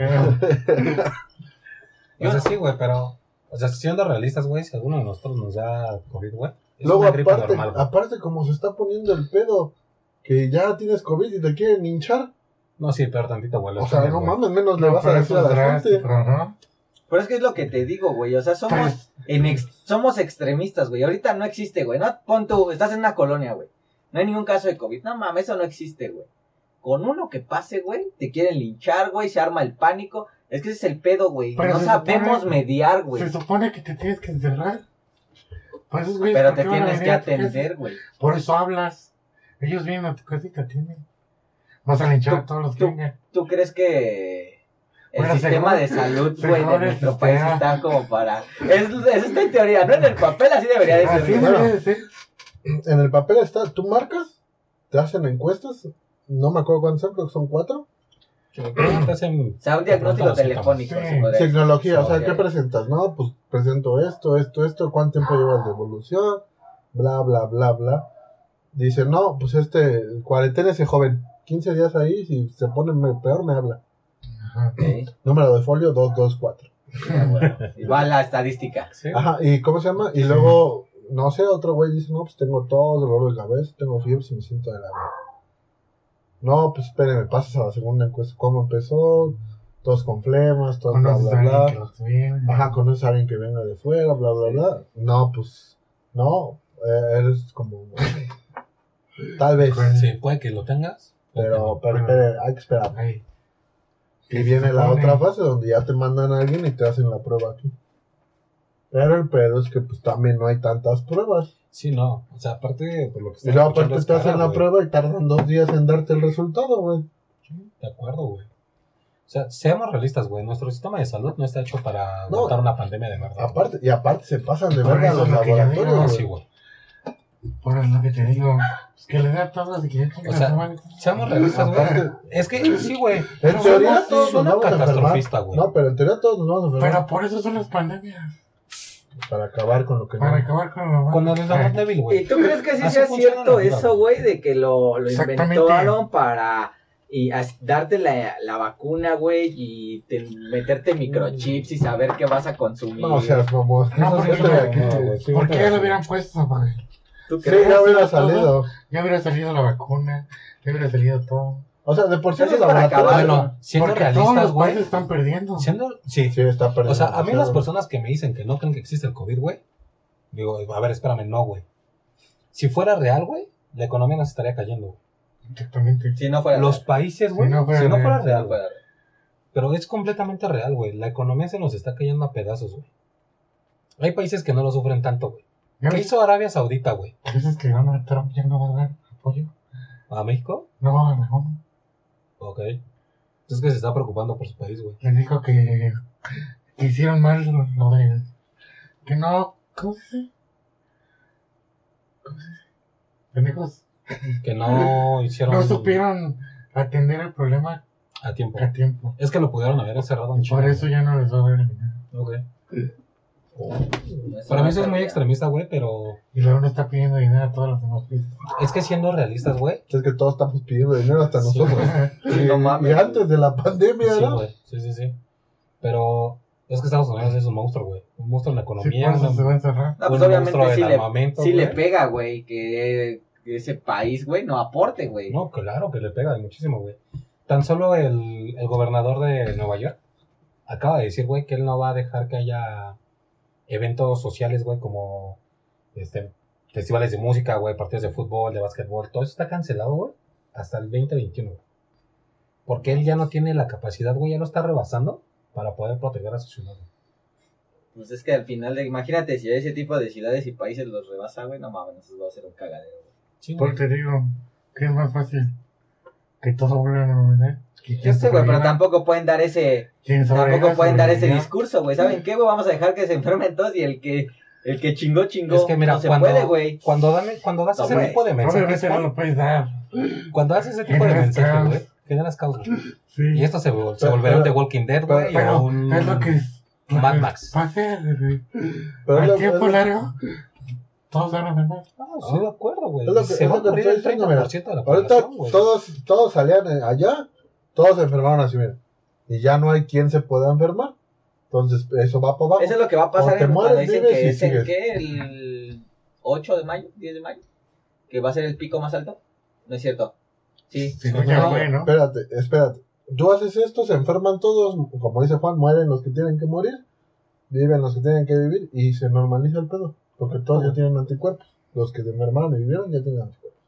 O sea, sí, güey, pero... O sea, siendo realistas, güey, si alguno de nosotros nos da COVID, güey, es Luego, una gripe aparte, normal, güey. aparte, como se está poniendo el pedo, que ya tienes COVID y te quieren hinchar. No, sí, peor tantito, güey. lo O sea, tienes, no güey. mames, menos le No, vas a pero decir eso a es la gente. drástico, ¿no? Pero es que es lo que te digo, güey, o sea, somos, en ex- somos extremistas, güey. Ahorita no existe, güey. No, pon tú, estás en una colonia, güey. No hay ningún caso de COVID. No mames, eso no existe, güey. Con uno que pase, güey, te quieren linchar, güey, se arma el pánico. Es que ese es el pedo, güey. Pero No se sabemos supone- mediar, güey. Se supone que te tienes que encerrar. Por eso, güey, Pero ¿por te qué van a tienes que venir a tu casa? atender, güey. Por eso hablas. Ellos vienen a tu casa y te atienden. Vas a linchar a todos los que tú- vengan. ¿Tú crees que el Bueno, sistema según- de salud, según güey, de el nuestro sistema. país está como para... Es, es esta en teoría, ¿no? En el papel así debería de ser. Así güey. bueno. debe de ser. En el papel está, tú marcas, te hacen encuestas, no me acuerdo cuántos son, creo que son cuatro. Sí, creo que te hacen- O sea, un diagnóstico te preguntan los telefónico. Sí. se podría decir. Tecnología, o sea, Sí. ¿qué presentas? No, pues presento esto, esto, esto, cuánto tiempo llevas de evolución, bla, bla, bla, bla. Dice, no, pues este, cuarentena ese joven, quince días ahí, si se pone me- peor me habla. Ajá. Ok, Número de folio dos dos cuatro. ya, bueno. Igual la estadística. Sí. Ajá, ¿y cómo se llama? Y luego, no sé, otro güey dice, no, pues tengo todo, dolor de cabeza, tengo fiebre y me siento de la verga. No, pues espéreme, pasas a la segunda encuesta. ¿Cómo empezó? Todos con flemas, todos bla, Conoces bla, a alguien que bla. los tiene. Ajá, conoces a alguien que venga de fuera, bla, bla, bla. No, pues, no, eh, eres como... Tal vez, Sí, puede que lo tengas. pero, pero espere, hay que esperar. Ay. Y viene la supone? otra fase donde ya te mandan a alguien y te hacen la prueba aquí. Pero el pedo es que pues también no hay tantas pruebas. Sí, no. O sea, aparte, por lo que Y estaba luego escuchando aparte es te hacen cara, la güey. prueba y tardan dos días en darte el resultado, güey. Sí, de acuerdo, güey. O sea, seamos realistas, güey. Nuestro sistema de salud no está hecho para No. aguantar una pandemia de verdad. Aparte, y aparte se pasan de Por verga eso los es lo que yo laboratorios, digo, No, güey. sí, güey. Por eso es lo que te digo. Es que le da todas las que ya O sea, seamos realistas, güey. Aparte, Es que sí, güey. en Pero teoría suena- todos nos suena vamos a enfermar. catastrofista, güey. No, pero en teoría todos nos vamos a enfermar. Pero por eso son las pandemias. Para acabar con lo que Para no. acabar con lo Con el eslabón débil, ¿Y güey. tú crees que sí Así sea funciona cierto la vida, eso, güey, de que lo, lo Exactamente. inventaron para y as- darte la, la vacuna, güey, y te- meterte microchips y saber qué vas a consumir? No seas mamón. No, Eso porque sí no, te- no, güey, sí, ¿Por no qué te- ya lo hubieran puesto, güey? ¿Tú Sí, crees? ya hubiera todo? salido. Ya hubiera salido la vacuna. Ya hubiera salido todo. O sea, de por sí Así los es para laboratorios... acabar, Bueno, siendo Porque todos realistas, los güey. países están perdiendo. Siendo, sí. Sí, está perdiendo. O sea, a mí demasiado. las personas que me dicen que no creen que existe el COVID, güey, digo, a ver, espérame, no, güey. Si fuera real, güey, la economía nos estaría cayendo, güey. Exactamente. Si no fuera Los real. países, güey, Si no fuera si no real. fuera Si real, no güey. fuera real. Pero es completamente real, güey. La economía se nos está cayendo a pedazos, güey. Hay países que no lo sufren tanto, güey. Ya ¿Qué ves, hizo Arabia Saudita, güey? dices que Donald Trump ya no va a dar apoyo. ¿A México? No, a la ONU. Ok. Es que se está preocupando por su país, güey. Les dijo que, que hicieron mal lo, lo de... Que no... ¿Cómo se dice? ¿Cómo se dice? Pendejos. Que no hicieron No supieron atender el problema a tiempo. a tiempo. Es que lo pudieron haber encerrado en China. Por eso ya no les va a dar el dinero. Ok. Eso Para no mí eso es sabía. muy extremista, güey, pero Y la ONU está pidiendo dinero a todos los demás países. es que siendo realistas, güey. Es que todos estamos pidiendo dinero hasta Sí, nosotros. güey. Y, No mames. y antes de la pandemia, Sí, ¿no? güey. Sí, sí, sí. Pero es que Estados Unidos es un monstruo, güey. Un monstruo en la Sí, por economía, eso se va a un, encerrar. No, pues un obviamente monstruo sí del le, armamento, sí le güey. pega, güey, que ese país, güey, no aporte, güey. No, claro que le pega muchísimo, güey. Tan solo el, el gobernador de Nueva York acaba de decir, güey, que él no va a dejar que haya eventos sociales, güey, como este festivales de música, güey, partidos de fútbol, de básquetbol, todo eso está cancelado, güey, hasta el veinte veintiuno, güey. Porque él ya no tiene la capacidad, güey, ya lo está rebasando para poder proteger a su ciudad, güey. Pues es que al final, de, imagínate si ese tipo de ciudades y países los rebasa, güey, no mames, eso va a ser un cagadero, güey. Sí, Porque te digo, que es más fácil que todo vuelva a la normalidad. Yo sé, güey, pero tampoco pueden dar ese, tampoco pueden dar ese discurso, güey. ¿Saben qué, güey? Vamos a dejar que se enfermen todos y el que, el que chingó, chingó. Es que mira, no se cuando, puede, güey. Cuando, dan, cuando das No, ese güey. tipo de mensajes, Obviamente no güey, lo puedes dar. cuando das ese tipo de Generas mensajes, caos. güey, generas caos, güey. Sí. Y esto se, se Pero- volverá un The pero- Walking Dead, güey, pero- o Pero un es lo que es. Mad Max. Va a ser, güey. Pero es Al lo- tiempo es lo- largo, todos van a enfermar. Ah, estoy de acuerdo, güey. Es lo que- Se es va lo a que morir estoy el diciendo, treinta por ciento de la Ahorita población, güey. todos, todos salían eh, allá, todos se enfermaron así, mira. Y ya no hay quien se pueda enfermar. Entonces, eso va para abajo. Eso es lo que va a pasar O te en, mueres, cuando dicen vives que y es el, sigues. ¿qué? El ocho de mayo, diez de mayo, que va a ser el pico más alto. No es cierto. Sí. Sí, ya No, fue, ¿no? Espérate, espérate. Tú haces esto, se enferman todos, como dice Juan, mueren los que tienen que morir, viven los que tienen que vivir y se normaliza el pedo. Porque todos ya tienen anticuerpos. Los que se enfermaron y vivieron ya tienen anticuerpos.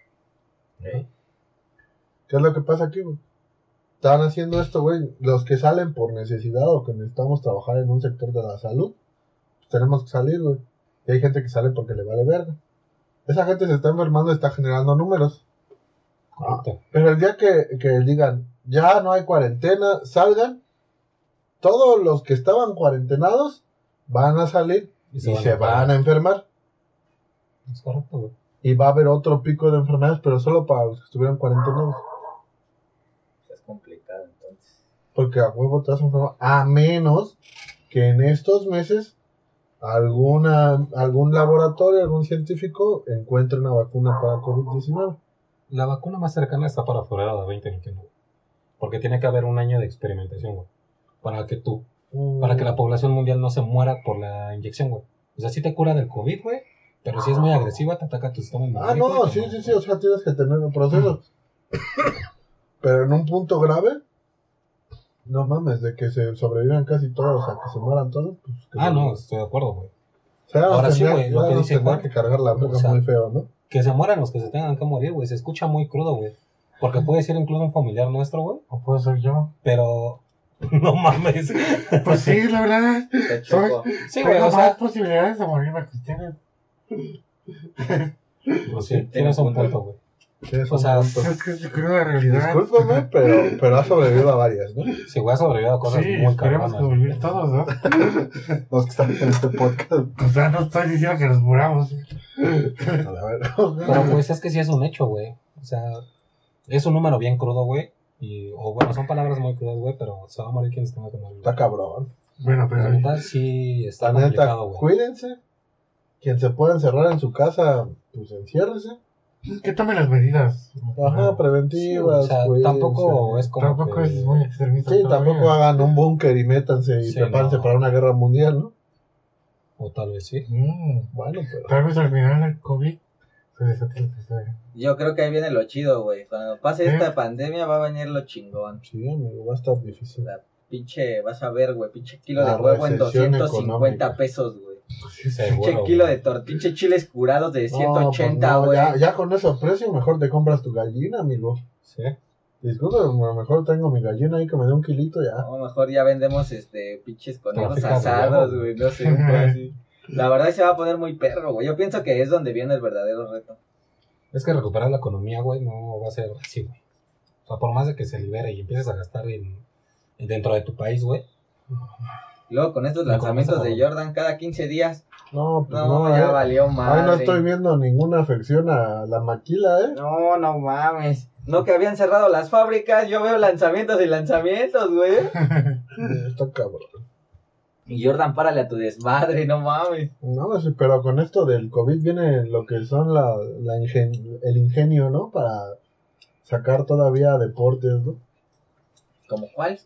Ok. ¿Qué es lo que pasa aquí, güey? Están haciendo esto, güey. Los que salen por necesidad o que necesitamos trabajar en un sector de la salud, pues tenemos que salir, güey. Y hay gente que sale porque le vale verga. Esa gente se está enfermando y está generando números. Correcto. Pero el día que, que digan, ya no hay cuarentena, salgan, todos los que estaban cuarentenados van a salir y se, van, a enfermar. Es correcto, güey. Y va a haber otro pico de enfermedades, pero solo para los que estuvieron cuarentenados. Es complicado, entonces. Porque a huevo te vas a enfermar. A menos que en estos meses alguna algún laboratorio, algún científico encuentre una vacuna para COVID diecinueve. La vacuna más cercana está para febrero de veinte veintiuno, güey. Porque tiene que haber un año de experimentación, güey. Para que tú, para que la población mundial no se muera por la inyección, güey. O sea, sí te cura del COVID, güey. Pero si es muy agresiva, te ataca tu sistema Ah, inmunológico. no, y te sí, mata. sí, sí, o sea, tienes que tener un proceso. Pero en un punto grave, no mames, de que se sobrevivan casi todos, a que se mueran todos, pues... Que Ah, se- no, estoy de acuerdo, güey. O sea, Ahora sí, tendría- güey, lo ya que nos dice tendría Juan. que cargar la boca O sea, muy feo, ¿no? Que se mueran los que se tengan que morir, güey. Se escucha muy crudo, güey. Porque puede ser incluso un familiar nuestro, güey. O puedo ser yo. Pero... no mames. Pues sí, la verdad. Te choco. Sí, güey, Tengo o más sea... posibilidades de morirme que ustedes. Pues sí, tienes un punto, güey. Tienes O un sea, punto. Es que es cruda realidad. Discúlpame, pero, pero ha sobrevivido a varias, ¿no? Si güey ha sobrevivido a cosas Sí, muy esperemos cabronas. que vivir todos, ¿no? Los que están en este podcast. O sea, no estoy diciendo que nos muramos. A ver, Pero pues es que sí es un hecho, güey. O sea, es un número bien crudo, güey. Y, o bueno, son palabras muy crudas, güey, pero se va a morir quien se tenga que morir. está cabrón. Bueno, La pero neta sí está La neta, complicado, güey. cuídense. Quien se pueda encerrar en su casa, pues enciérrese. que tomen las medidas. Ajá, preventivas. Sí, o sea, cuídense. tampoco es como Tampoco que... es muy extremista. Sí, todavía. tampoco hagan un búnker y métanse y Sí, prepárense no. para una guerra mundial, ¿no? O tal vez sí. Mm, Bueno, pero... Tal vez al final el COVID se desate la historia. Yo creo que ahí viene lo chido, güey. Cuando pase ¿Eh? esta pandemia va a venir lo chingón. Sí, amigo, va a estar difícil. La pinche, vas a ver, güey, pinche kilo de La huevo en recesión doscientos cincuenta económica. pesos, güey. Pinche Seguro, kilo güey. de tor pinche chiles curados de No, ciento ochenta, pues no, güey. ya, ya con esos precios mejor te compras tu gallina, amigo. Sí. Disculpe, a lo mejor tengo mi gallina ahí que me dé un kilito ya. A lo mejor ya vendemos este pinches conejos Tráfico de asados, huevo, güey, no sé, un poco así. La verdad se va a poner muy perro, güey. Yo pienso que es donde viene el verdadero reto. Es que recuperar la economía, güey, no va a ser así, güey. O sea, por más de que se libere y empieces a gastar en, en dentro de tu país, güey. Y luego con estos La lanzamientos economía de se Jordan cada quince días. No, pues No, no, ya eh. valió madre. Ay, no estoy viendo ninguna afección a la maquila, ¿eh? No, no mames. No que habían cerrado las fábricas, yo veo lanzamientos y lanzamientos, güey. Está cabrón. Y Jordan, párale a tu desmadre, no mames. No, sí, pero con esto del COVID viene lo que son la, la ingen- el ingenio, ¿no? Para sacar todavía deportes, ¿no? ¿Cómo cuál?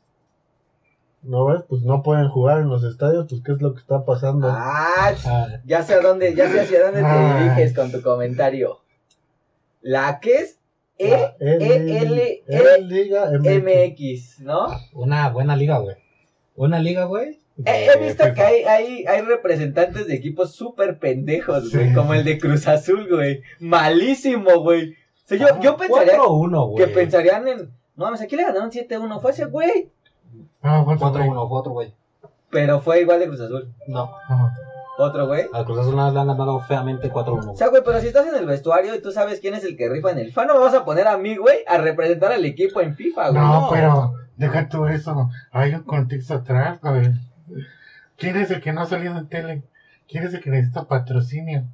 ¿No ves? Pues no pueden jugar en los estadios, pues ¿qué es lo que está pasando? Ah, Ah, ya sé a dónde, ya sé hacia dónde te Ah. diriges con tu comentario. La que es E La E L L Liga M X, ¿no? Una buena liga, güey. Una liga, güey. de He, he visto FIFA. que hay, hay, hay representantes de equipos súper pendejos, güey, Sí. como el de Cruz Azul, güey. Malísimo, güey. O sea, yo, yo pensaría cuatro uno, güey. que pensarían en... No mames, aquí le ganaron siete uno, fue ese güey. No, fue otro cuatro güey. uno, fue otro, güey. Pero fue igual de Cruz Azul. No. No. Otro güey. Al Cruz Azul nada más le han ganado feamente cuatro uno. O sea, güey, pero si estás en el vestuario y tú sabes quién es el que rifa en el FIFA, no me vas a poner a mí, güey, a representar al equipo en FIFA, güey. No, No, pero deja tú eso. Hay un contexto atrás, güey. ¿Quién es el que no ha salido en tele? ¿Quién es el que necesita patrocinio?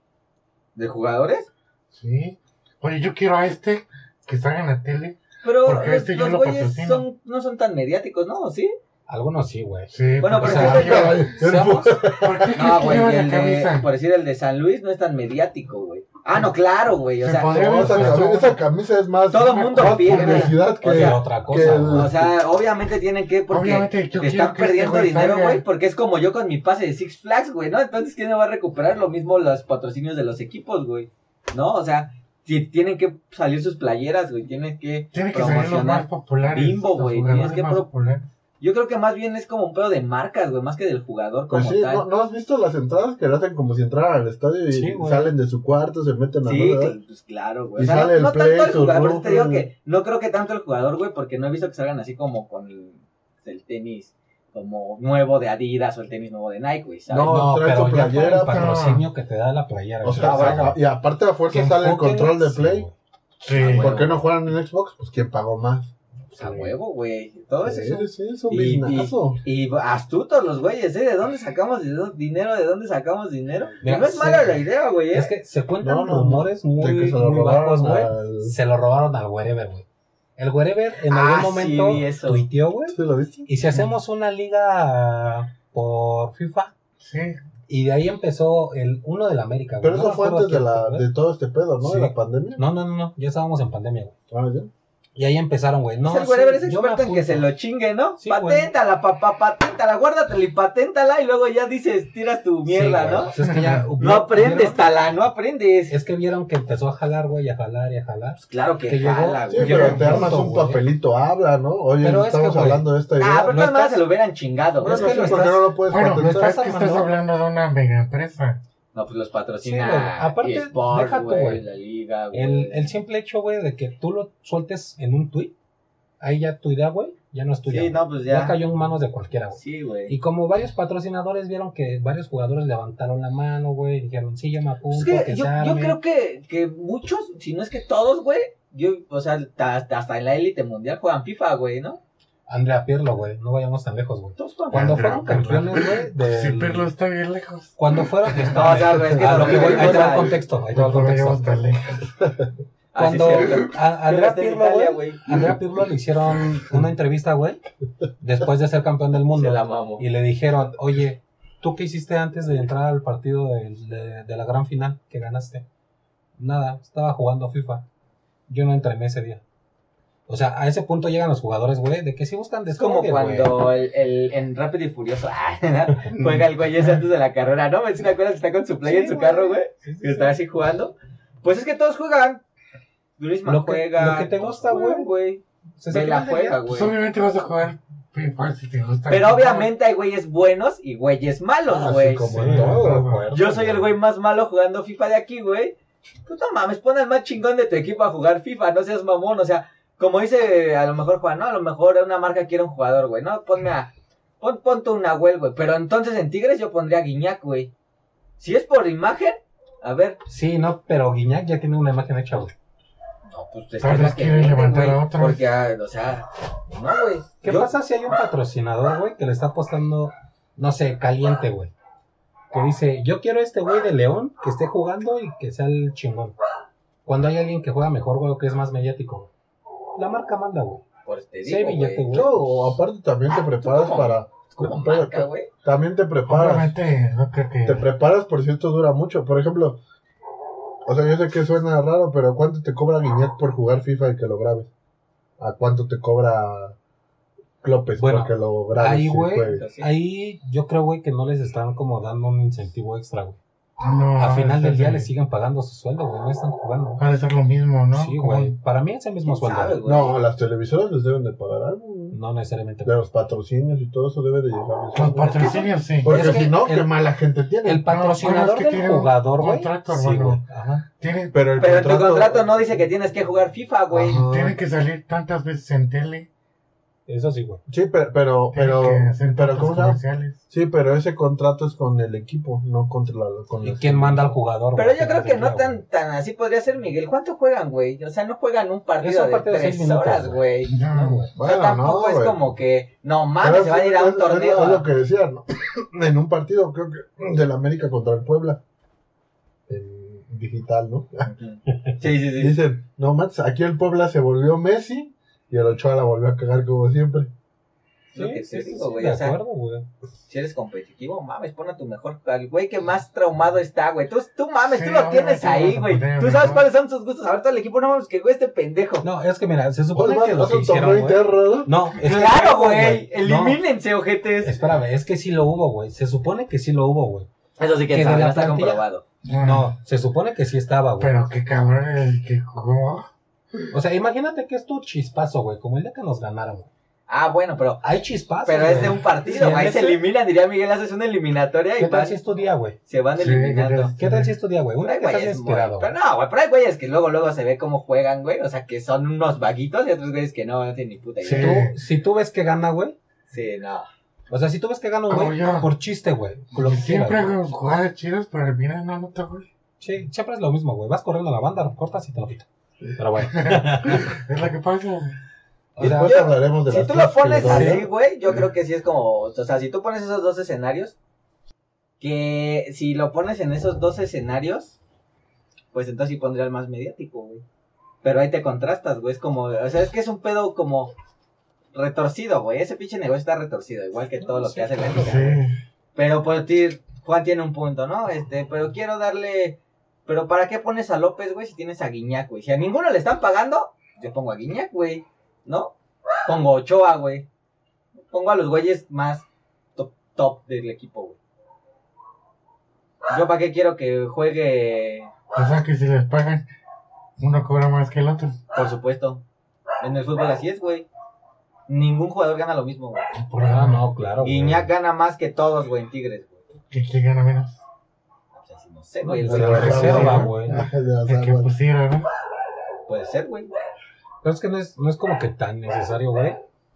¿De jugadores? Sí. Oye, yo quiero a este que salga en la tele. Pero Porque los, este yo los lo güeyes patrocino. son, no son tan mediáticos, ¿no? ¿Sí? Algunos sí, güey. Sí. Bueno, porque- pero O sea, ¿qué es el de- seamos, ¿Por qué crees No, que güey, lleva el la de, camisa? por decir el de San Luis no es tan mediático, güey. Ah, no, claro, güey, o Se sea, podría No, haber esa, puesto- cami- esa camisa es más, Todo mundo más pide, publicidad que, o sea, otra que cosa, el- güey. o sea, obviamente tienen que, porque Obviamente, yo te quiero están que este perdiendo güey dinero, salga. güey, porque es como yo con mi pase de Six Flags, güey, ¿no? Entonces, ¿quién me va a recuperar? Lo mismo los patrocinios de los equipos, güey, ¿no? O sea, si tienen que salir sus playeras, güey, tienen que Tiene que salir los más promocionar. populares. Bimbo, los güey, jugadores tienes que más pro- populares. Yo creo que más bien es como un pedo de marcas, güey, más que del jugador como Pues sí, tal. ¿no, ¿no has visto las entradas que le hacen como si entraran al estadio y Sí, güey. salen de su cuarto, se meten a Sí, la cl- pues claro, güey. Y O sea, sale no, el no Play, tanto el su jugador, por eso te digo Rufus. que no creo que tanto el jugador, güey, porque no he visto que salgan así como con el, el tenis como nuevo de Adidas o el tenis nuevo de Nike, güey, ¿sabes? No, No, trae pero tu ya por playera, el patrocinio que te da la playera. O güey. sea, Ah, bueno. y aparte a fuerza Que sale el enfoquen- control de sí, Play. güey. Sí. Ah, bueno. ¿Por qué no juegan en Xbox? Pues ¿quién pagó más? Pues, a huevo, güey. Todo eso es un- Sí, sí, es un y, businessazo. y, y astutos los güeyes, ¿eh? ¿De dónde sacamos di- dinero? ¿De dónde sacamos dinero? Mira, Y no es sí. mala la idea, güey, ¿eh? Es que se cuentan No, no, no. rumores muy, De que se lo muy bajos, robaron güey. al... Se lo robaron al Wherever, güey. El Wherever en Ah, algún sí, momento vi eso. tuiteó, güey. ¿Sí lo viste? Y si hacemos una liga por FIFA, Sí. y de ahí empezó el uno del América, güey. Pero No eso me fue acuerdo antes de, quién la, fue, güey. de todo este pedo, ¿no? Sí. De la pandemia. No, no, no, no, ya estábamos en pandemia, güey. Ah, ya. Y ahí empezaron, güey. No, Pues el güey sí, es yo me experto en que apunto. se lo chingue, ¿no? Sí, güey. paténtala, papá, paténtala, guárdatela y paténtala y luego ya dices, tiras tu mierda, Sí, güey. ¿no? Pues es que ya, No aprendes, ¿vieron? tala, no aprendes. Es que vieron que empezó a jalar, güey, a jalar y a jalar. Pues claro que, que llegó- jala, Sí, güey. Yo pero no te armas entiendo, un güey. papelito, habla, ¿no? Oye, Pero es estamos que, güey. hablando de esta idea. Ah, pero de No todas maneras estás- se lo hubieran chingado, güey. No, es que sí, lo ¿por qué estás- no lo puedes Bueno, patentar? es que estás hablando de una mega empresa. No, pues los Sí, güey. patrocina Aparte, eSports, deja tú, güey, güey. la liga, güey. El, el simple hecho, güey, de que tú lo sueltes en un tweet, ahí ya tu idea, güey, ya no es tuya. Sí, güey. no, pues ya ya. cayó en manos de cualquiera, güey. Sí, güey. Y como varios patrocinadores vieron que varios jugadores levantaron la mano, güey, y dijeron, sí, yo me apunto, Es que que yo, se yo arme. creo que, que muchos, si no es que todos, güey, yo, o sea, ta- hasta en la élite mundial juegan FIFA, güey, ¿no? Andrea Pirlo, güey, no vayamos tan lejos, güey. Todos juegan Cuando Andrea fueron Pirlo. campeones, güey, del... Sí, Perlo está bien lejos. Cuando fueron... No, o sea, güey, es que a nos lo que voy, ahí te va referimos el al- contexto, ahí te va el No vayamos contexto. tan lejos. Ah, sí, Cuando cierto. a, Andrea Está en Pirlo, Italia, güey, güey. Andrea Pirlo le hicieron una entrevista, güey, después de ser campeón del mundo. Se la mamo. Y le dijeron, oye, ¿tú qué hiciste antes de entrar al partido de, de, de la gran final que ganaste? Nada, estaba jugando FIFA. Yo no entrené ese día. O sea, a ese punto llegan los jugadores, güey, de que si buscan Es como descargue, güey. cuando el, el, en Rápido y Furioso ah, juega el güey ese antes de la carrera, ¿no? ¿Me acuerdas que está con su play Sí, en su güey. carro, güey? Sí, sí, Y está sí. así jugando. Pues es que todos juegan. Griezmann Lo que- juega. lo que te gusta, todos güey. juegan, Se se Vela acaban de juega, ya. güey. Pues obviamente vas a jugar FIFA si te gusta. Pero obviamente hay güeyes buenos y güeyes malos, Ah, güey. sí, como Sí, en todo. de acuerdo, Yo soy el güey más malo jugando FIFA de aquí, güey. Pues no mames, pon al más chingón de tu equipo a jugar FIFA, no seas mamón, o sea, como dice a lo mejor Juan, no, a lo mejor una marca quiere un jugador, güey, no, ponme a, pon, ponte un Nahuel, güey, pero entonces en Tigres yo pondría a Guiñac, güey. Si es por imagen, a ver, Sí, no, pero Guiñac ya tiene una imagen hecha, güey. no, pues es Tal que vez la que quiere vende, levantar güey, a otros. porque, ah, o sea, no, güey. ¿Qué Yo- pasa si hay un patrocinador, güey, que le está apostando, no sé, caliente, güey? Que dice, yo quiero este güey de León que esté jugando y que sea el chingón. Cuando hay alguien que juega mejor, güey, o que es más mediático, güey. La marca manda, güey. Por te Sí, hay digo, billete, güey. güey. No, o aparte también te preparas ¿Cómo? para... Como Espérate, marca, güey. también te preparas. Obviamente, no creo que. Te preparas por si esto dura mucho. Por ejemplo, o sea, yo sé que suena raro, pero ¿cuánto te cobra Guiñac por jugar FIFA y que lo grabes? ¿A cuánto te cobra Clopes Bueno, porque lo grabes? Ahí, y güey, juegues? Sí. ahí yo creo, güey, que no les están como dando un incentivo extra, güey. No, a final del día sí. les siguen pagando su sueldo, güey, no están jugando. Ha de ser lo mismo, ¿no? Sí, Como- güey, para mí es el mismo ¿Quién sabe, sueldo. güey? No, las televisoras les deben de pagar algo, güey. No necesariamente. De los patrocinios y todo eso debe de llegar. Los patrocinios, sí. Porque Es que si no, el- qué mala gente tiene. El patrocinador bueno, es que del tiene un jugador, güey. contrato, Sí, hermano. güey. Ajá. Tiene, Pero el Pero en tu contrato, contrato no dice que tienes que jugar FIFA, güey. Ajá. tiene que salir tantas veces en tele. Eso sí, güey. Sí, pero, pero, Tiene pero, que hacer pero tantos ¿cómo se llama? comerciales. Sí, pero ese contrato es con el equipo, no contra la, con ¿Y las quién manda al jugador? Pero güey? yo creo que no Güey. tan tan así podría ser, Miguel. ¿Cuánto juegan, güey? O sea, no juegan un Es partido un de partido de tres seis minutos, horas, güey. No, No, güey. O sea, Bueno, tampoco no, es güey. como que, no mames, Pero se van a sí, ir a un es- es- torneo. Es lo a- que decía, ¿no? En un partido, creo que del América contra el Puebla. En digital, ¿no? Sí, sí, sí. Dicen, no manches, aquí el Puebla se volvió Messi y el Ochoa la volvió a cagar como siempre. Lo que Sí, te sí, digo, sí, güey, de o sea, acuerdo, güey. Si eres competitivo, mames, pon a tu mejor, al güey que más traumado está, güey. Tú, tú mames, Sí, tú lo tienes obviamente ahí, vas a güey. poner Tú el sabes mejor. cuáles son sus gustos. A ver, todo el equipo, no mames, que güey, este pendejo. No, es que mira, se supone Pues que vas, lo vas que a un torneo hicieron, güey. interno, ¿no? No, es que Claro, hubo, güey. No, Elimínense, ojetes. espérame, es que sí lo hubo, güey. Se supone que sí lo hubo, güey. Eso sí que que de sabe, la no está plantilla- comprobado. No, se supone que sí estaba, güey. Pero qué cabrón el que jugó. O sea, imagínate que es tu chispazo, güey, como el día que nos ganaron, güey. Ah, bueno, pero Hay chispazos, pero es güey. de un Sí, partido, en ahí se ese- eliminan, diría Miguel, haces una eliminatoria y ¿Qué tal van- si es tu día, güey? se van Sí, eliminando. ¿qué tal? ¿Qué tal si es tu día, güey? Un Pero día hay que estás güeyes muy- inspirado. pero güey. no, güey, pero hay güeyes que luego, luego se ve cómo juegan, güey. O sea, que son unos vaguitos y otros güeyes que no, no tienen ni puta Sí. idea. Tú, si tú ves que gana, güey. Sí, no. O sea, si tú ves que gana un Como güey, yo. por chiste, güey. con lo que Siempre quieras, güey. hago jugadas chidas, pero al final no anota gol. Sí, siempre es lo mismo, güey. Vas corriendo a la banda, cortas y te lo pita. Pero bueno. Es lo que pasa. Mira, Después hablaremos de Si las tú lo cosas que pones le duelen. así, güey, yo creo que sí es como, o sea, si tú pones esos dos escenarios, que si lo pones en esos dos escenarios, pues entonces sí pondría el más mediático, güey. Pero ahí te contrastas, güey, es como, o sea, es que es un pedo como retorcido, güey, ese pinche negocio está retorcido, igual que todo lo que hace la liga. Sí. Pero pues ti- Juan tiene un punto, ¿no? Este, pero quiero darle, pero ¿para qué pones a López, güey, si tienes a Guiñac, güey? Si a ninguno le están pagando, yo pongo a Guiñac, güey, ¿no? Pongo a Ochoa, güey. Pongo a los güeyes más top, top del equipo, güey. Yo para qué quiero que juegue, O sea que si les pagan, uno cobra más que el otro. por supuesto. En el fútbol así es, güey. Ningún jugador gana lo mismo, güey. Por Ah, ahora no, claro, güey. Guiñac gana más que todos, güey, en Tigres, güey. ¿Qué, qué gana menos? O sea, si no sé, No, güey. el pues, güey la lo reserva, reserva. güey. De las El que aguas. pusiera, ¿no? Puede ser, güey. Pero es que no es, no es como que tan necesario, güey.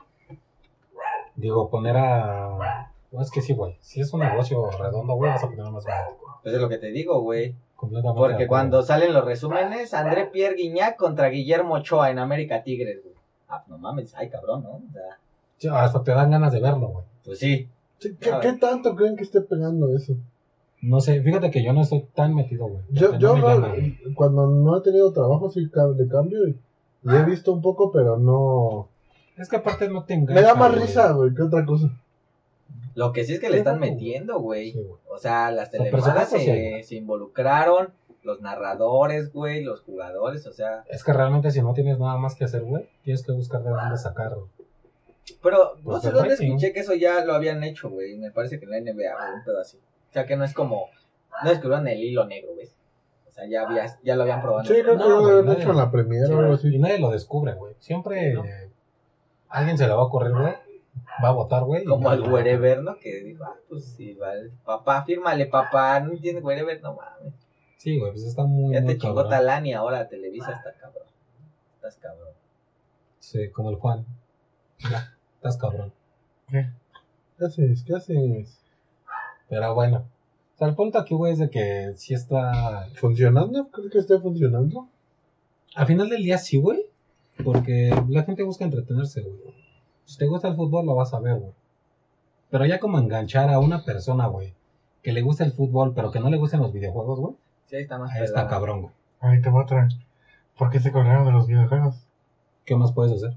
Digo, poner a... No, es que sí, güey. Si es un negocio redondo, güey, vas a poner más barato. Pues es lo que te digo, güey. Completamente de Porque acuerdo. cuando salen los resúmenes, André Pierre Guignac contra Guillermo Ochoa en América Tigres, güey. Ah, no mames, ay cabrón, ¿no? O sea, Sí, hasta te dan ganas de verlo, güey. pues sí. Sí, ¿Qué, qué tanto creen que esté pegando eso? No sé, fíjate que yo no estoy tan metido, güey. Yo, No yo me no- llama, güey. cuando no he tenido trabajo sí ca- de cambio y, y he visto un poco, pero no... Es que aparte no te engancha, Me da más güey. risa, güey, que otra cosa. Lo que sí es que le Sí, están güey. metiendo, güey. Sí, güey. O sea, las Los televisoras presupuestos, se, sí. se involucraron, los narradores, güey, los jugadores, o sea. Es que realmente si no tienes nada más que hacer, güey, tienes que buscar de dónde sacarlo. Pero no Pues sé el dónde rating. escuché que eso ya lo habían hecho, güey. Me parece que en la N B A, güey, un pedo así. O sea, que no es como, no escribieron el hilo negro, ¿ves? O sea, ya, había, ya lo habían probado. Sí, creo No, que lo güey, habían nadie- hecho en la premiere Sí, o algo güey. así. Y nadie lo descubre, güey. Siempre Sí, ¿no? eh, alguien se le va a ocurrir, güey. Va a votar, güey. y Como nadie el lo va a hacer. wherever, ¿no? Que dijo, ah, pues sí, vale. Papá, fírmale, papá. No entiendes wherever, no mames. Sí, güey, pues está muy, Ya muy te chingó cabrón. Talani ahora, Televisa está cabrón. Estás cabrón. Sí, como el Juan. Ya, estás cabrón. ¿Qué haces? ¿Qué haces? Pero bueno. O sea, el punto aquí, güey, es de que sí está... ¿Funcionando? ¿Crees que esté funcionando? Al final del día sí, güey. Porque la gente busca entretenerse, güey. Si te gusta el fútbol, lo vas a ver, güey. Pero ya como enganchar a una persona, güey, que le gusta el fútbol, pero que no le gusten los videojuegos, güey. Sí, ahí está más Ahí está pelada. cabrón, güey. Ahí te voy otra. ¿Por qué se corrieron de los videojuegos? ¿Qué más puedes hacer?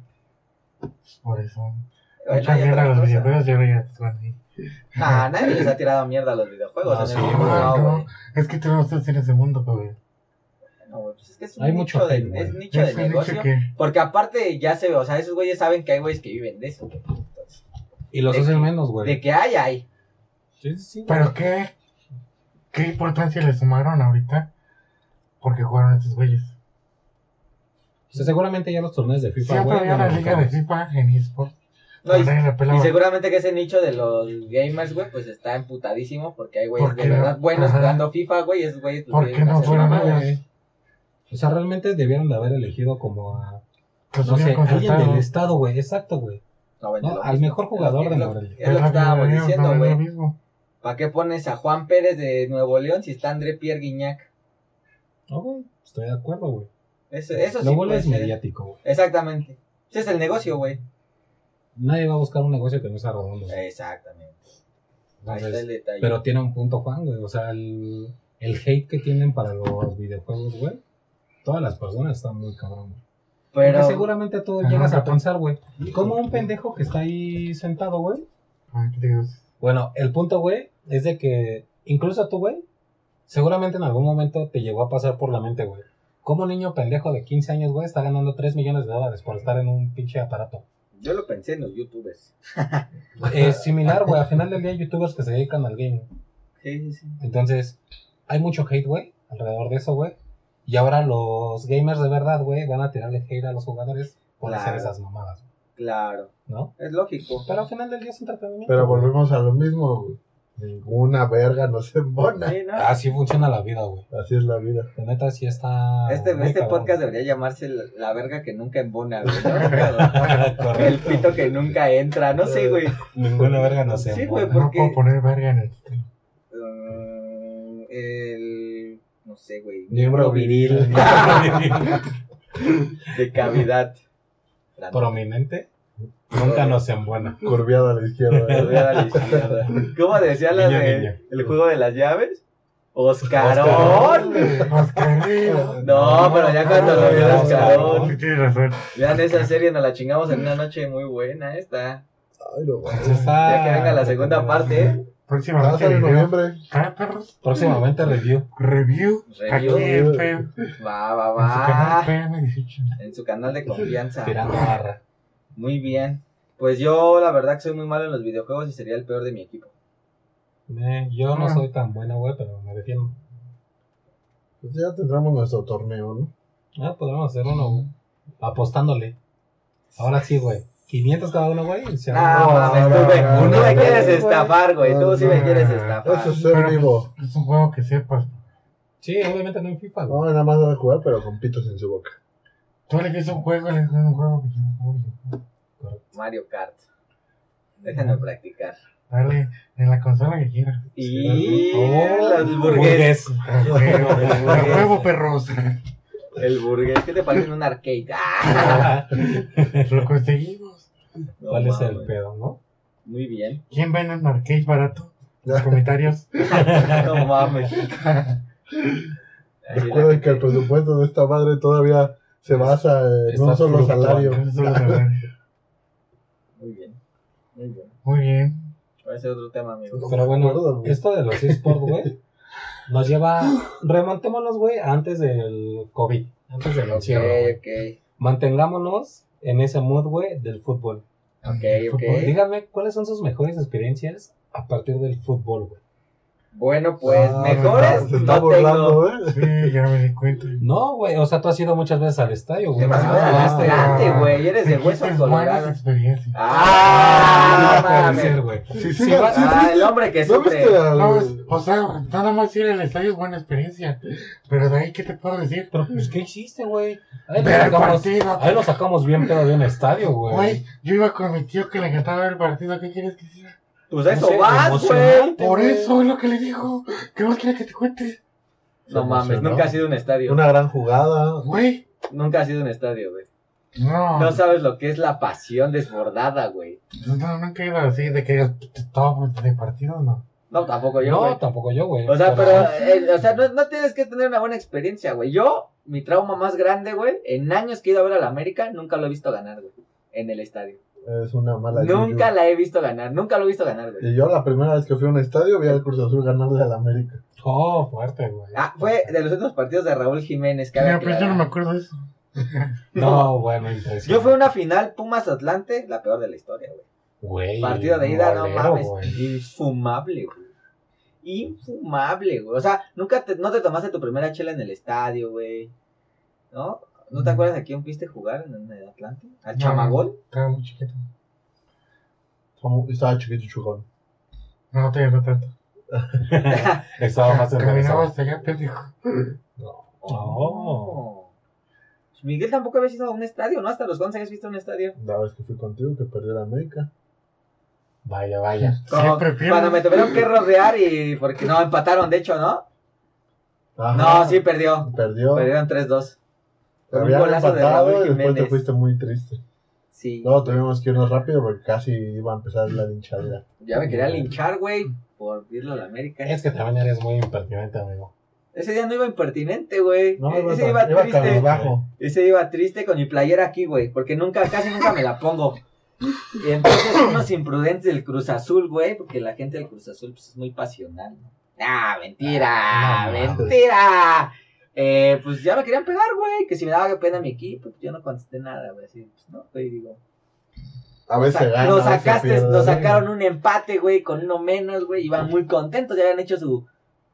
Por eso. Bueno, Mucha hay mierda otra a los cosa. videojuegos y ahora ya están ahí. Nah, nadie les ha tirado mierda a los videojuegos. No, en sí, el güey. mundo, No, no, no, güey. es que tú no estás en ese mundo, güey. No, güey, pues es que es un Hay nicho, mucho de, hate, güey. es nicho Es de un negocio. hecho que... Porque aparte ya se ve, o sea, esos güeyes saben que hay güeyes que viven de eso. Güey. Entonces, Y los De hacen que- menos, güey. de que hay, hay. Sí, sí, sí. ¿Pero qué? ¿qué importancia le sumaron ahorita? Porque jugaron estos güeyes. O sea, seguramente ya los torneos de FIFA, Siempre güey. había van la a liga de buscar. FIFA en eSports. No, y, Nadie la pelaba. y seguramente que ese nicho de los gamers, güey, pues está emputadísimo porque hay güeyes ¿Por de qué verdad no? buenos Ajá. jugando FIFA, güey, y esos güeyes pues, ¿Por quieren qué no hacer fueron mamadas. ellos? O sea, realmente debieron de haber elegido como a, Los no sé, hubieran alguien contratado. del estado, güey. Exacto, güey. No, vende No, lo al mismo. mejor jugador es de lo, Morelia. es lo que estábamos Pero diciendo, no es lo güey. mismo. ¿Para qué pones a Juan Pérez de Nuevo León si está André Pierre Guignac? No, güey. Estoy de acuerdo, güey. Eso, eso sí Lo puede vuelves ser. mediático, güey. Exactamente. Ese es el negocio, güey. Nadie va a buscar un negocio que no sea redondo, güey. Exactamente. Ahí Entonces, está el detalle. pero tiene un punto Juan, güey. O sea, el, el hate que tienen para los videojuegos, güey. Todas las personas están muy cabrón, güey. Pero Porque seguramente tú Ajá, llegas a pero- pensar, güey. Como un pendejo que está ahí sentado, güey. Ay, ¿qué dices? Bueno, el punto, güey, es de que incluso tú, güey, seguramente en algún momento te llegó a pasar por la mente, güey. Como un niño pendejo de quince años, güey, está ganando tres millones de dólares por estar en un pinche aparato. yo lo pensé en los youtubers. Es similar, güey. Al final del día hay youtubers que se dedican al gaming. Sí, sí, sí. Entonces, hay mucho hate, güey, alrededor de eso, güey. Y ahora los gamers de verdad, güey, van a tirarle hate a los jugadores por Claro. hacer esas mamadas, Claro. ¿no? Es lógico. Pero al final del día es entretenimiento. Pero güey. volvemos a lo mismo, güey. Ninguna verga nos embona. Sí, ¿no? Así funciona la vida, güey. Así es la vida. La neta sí está... Este, muy este cabrón. podcast debería llamarse la, la verga que nunca embona, güey, ¿no? El Correcto. pito que nunca entra, no sé, güey. Ninguna verga no sé. Sí, güey, No ¿por qué? puedo poner verga en el título. Mm, el... no sé, güey. Miembro viril. De cavidad. Prominente. Nunca nos embuena. Curviada a la izquierda. Me voy a la izquierda. ¿Cómo decía la Niño, de niño. el juego de las llaves? ¡Oscarón! Oscarero. No, pero ya cuando lo vio el Sí, Oscarón. tienes razón. Vean esa serie, nos la chingamos en una noche muy buena esta. Ay, no, güey. Ya que venga la segunda parte, ¿eh? Va a Próximamente ser en video. noviembre. Ah, perros. Próximamente review. Review. Review. Aquí en Feo. Va, va, En su canal va. P M dieciocho. En su canal de confianza. Tirando barra. Muy bien. Pues yo, la verdad, que soy muy malo en los videojuegos y sería el peor de mi equipo. Eh, yo no Ah. soy tan bueno, güey, pero me defiendo. Pues ya tendremos nuestro torneo, ¿no? Ah, podemos hacer uno, güey. Apostándole. Ahora sí, güey. quinientos cada uno, güey. y se No, arma. mames, tú, me, no, tú no, me no, quieres no, estafar, güey. Tú sí me no, quieres no, estafar. Eso es ser Pero, vivo. Es un juego que sepas. Sí, obviamente no en FIFA, güey. No, nada más va a jugar, pero con pitos en su boca. Tú eliges un juego, eliges un juego que yo no juego. Mario Kart. Déjenme practicar. Dale, en la consola que quieras. Y Oh, los burgués. A huevo, perros. El burgués. ¿Qué te parece en un arcade? ¡Ah! Lo conseguimos. No ¿Cuál es el mames. pedo, no? Muy bien. ¿Quién vende un arcade barato? Los comentarios. No mames. Ahí Recuerden la que el presupuesto de esta madre todavía se basa en Está un solo fluctuando. salario. Eso es verdad. Muy bien. Muy bien. Muy bien. Puede ser otro tema, amigo. No Pero me bueno, acuerdo, güey. esto de los eSports, güey, nos lleva... Remontémonos, güey, antes del COVID. Antes del Ok, encierro, güey. ok. Mantengámonos en ese mood, güey, del fútbol. Ok, ok. Díganme, ¿cuáles son sus mejores experiencias a partir del fútbol, güey? Bueno, pues Ah, mejores se está no burlando, tengo. ¿eh? Sí, ya me di cuenta. No, güey, o sea, tú has ido muchas veces al estadio, güey. Te vas Ah, al Atlante, güey. Eres de Dijiste hueso buenas colorado. experiencias. Ah, no puede mames. ser, güey. Sí, Sí, sí, va- sí, Ah, sí. el hombre que ¿No sufre. viste al- No, es- o sea, nada más ir al estadio es buena experiencia. Pero de ahí, ¿qué te puedo decir? Pero, pues, ¿qué hiciste, güey? Ahí lo Ver el sacamos, partido. ahí lo sacamos bien pedo de un estadio, güey. Güey, yo iba con mi tío que le encantaba ver el partido. ¿Qué quieres que hiciera? Pues a eso No sé, vas, güey. emocionante, Por güey. eso es lo que le dijo. ¿Qué más quiere que te cuente? No Se mames, emocionó. nunca ha sido un estadio. Una gran jugada. Güey, Nunca ha sido un estadio, güey. no. No sabes lo que es la pasión desbordada, güey. No, nunca he ido así de que todo de partido, no. No, tampoco yo, No, güey. tampoco yo, güey. O sea, pero, eh, o sea, no, no tienes que tener una buena experiencia, güey. Yo, mi trauma más grande, güey, en años que he ido a ver a la América, nunca lo he visto ganar, güey, en el estadio. Es una mala Nunca yuyu. la he visto ganar, nunca lo he visto ganar, güey. Y yo la primera vez que fui a un estadio vi al Cruz Azul ganarle a la América. Oh, fuerte, güey. Ah, fue de los últimos partidos de Raúl Jiménez, cabe Mira, pero yo no aclarar. me acuerdo de eso. No, bueno, impresionante. Yo fui a una final Pumas Atlante, la peor de la historia, güey. Güey, Partido de ida, no golero, mames, güey. infumable, güey. infumable, güey. O sea, nunca te, no te tomaste tu primera chela en el estadio, güey. ¿No? ¿No te acuerdas a quién fuiste a jugar en el Atlante? ¿Al No, Chamagol? Estaba muy chiquito. Como- Estaba chiquito chujón. No, te no tanto. Estaba más en Caminaba hasta allá, pendejo. Oh. Miguel tampoco había ido a un estadio, ¿no? Hasta los once habías visto un estadio. La vez que fui contigo que perdió la América. Vaya, vaya. Como Siempre pierdes. cuando me tuvieron que rodear y porque no, empataron, de hecho, ¿no? Ajá. No, sí perdió. Perdió. Perdieron tres dos. Con un Habían golazo de empatado Raúl y después te Jiménez. fuiste muy triste. Sí. Luego tuvimos que irnos rápido porque casi iba a empezar la linchadera. Ya me quería linchar, güey, por irlo a la América. Es que también eres muy impertinente, amigo. Ese día no iba impertinente, güey. No, Ese iba, iba, iba triste. cabizbajo. Ese iba triste con mi playera aquí, güey. Porque nunca, casi nunca me la pongo. Y entonces unos imprudentes del Cruz Azul, güey. Porque la gente del Cruz Azul pues, es muy pasional, ¿no? Ah, mentira, No, mentira. Eh, pues ya me querían pegar, güey. Que si me daba pena mi equipo, pues yo no contesté nada, güey. Así, pues no, güey, digo. A veces Sa- gana. nos a veces sacaste, pierde. nos sacaron un empate, güey, con uno menos, güey. Iban muy contentos, ya habían hecho su.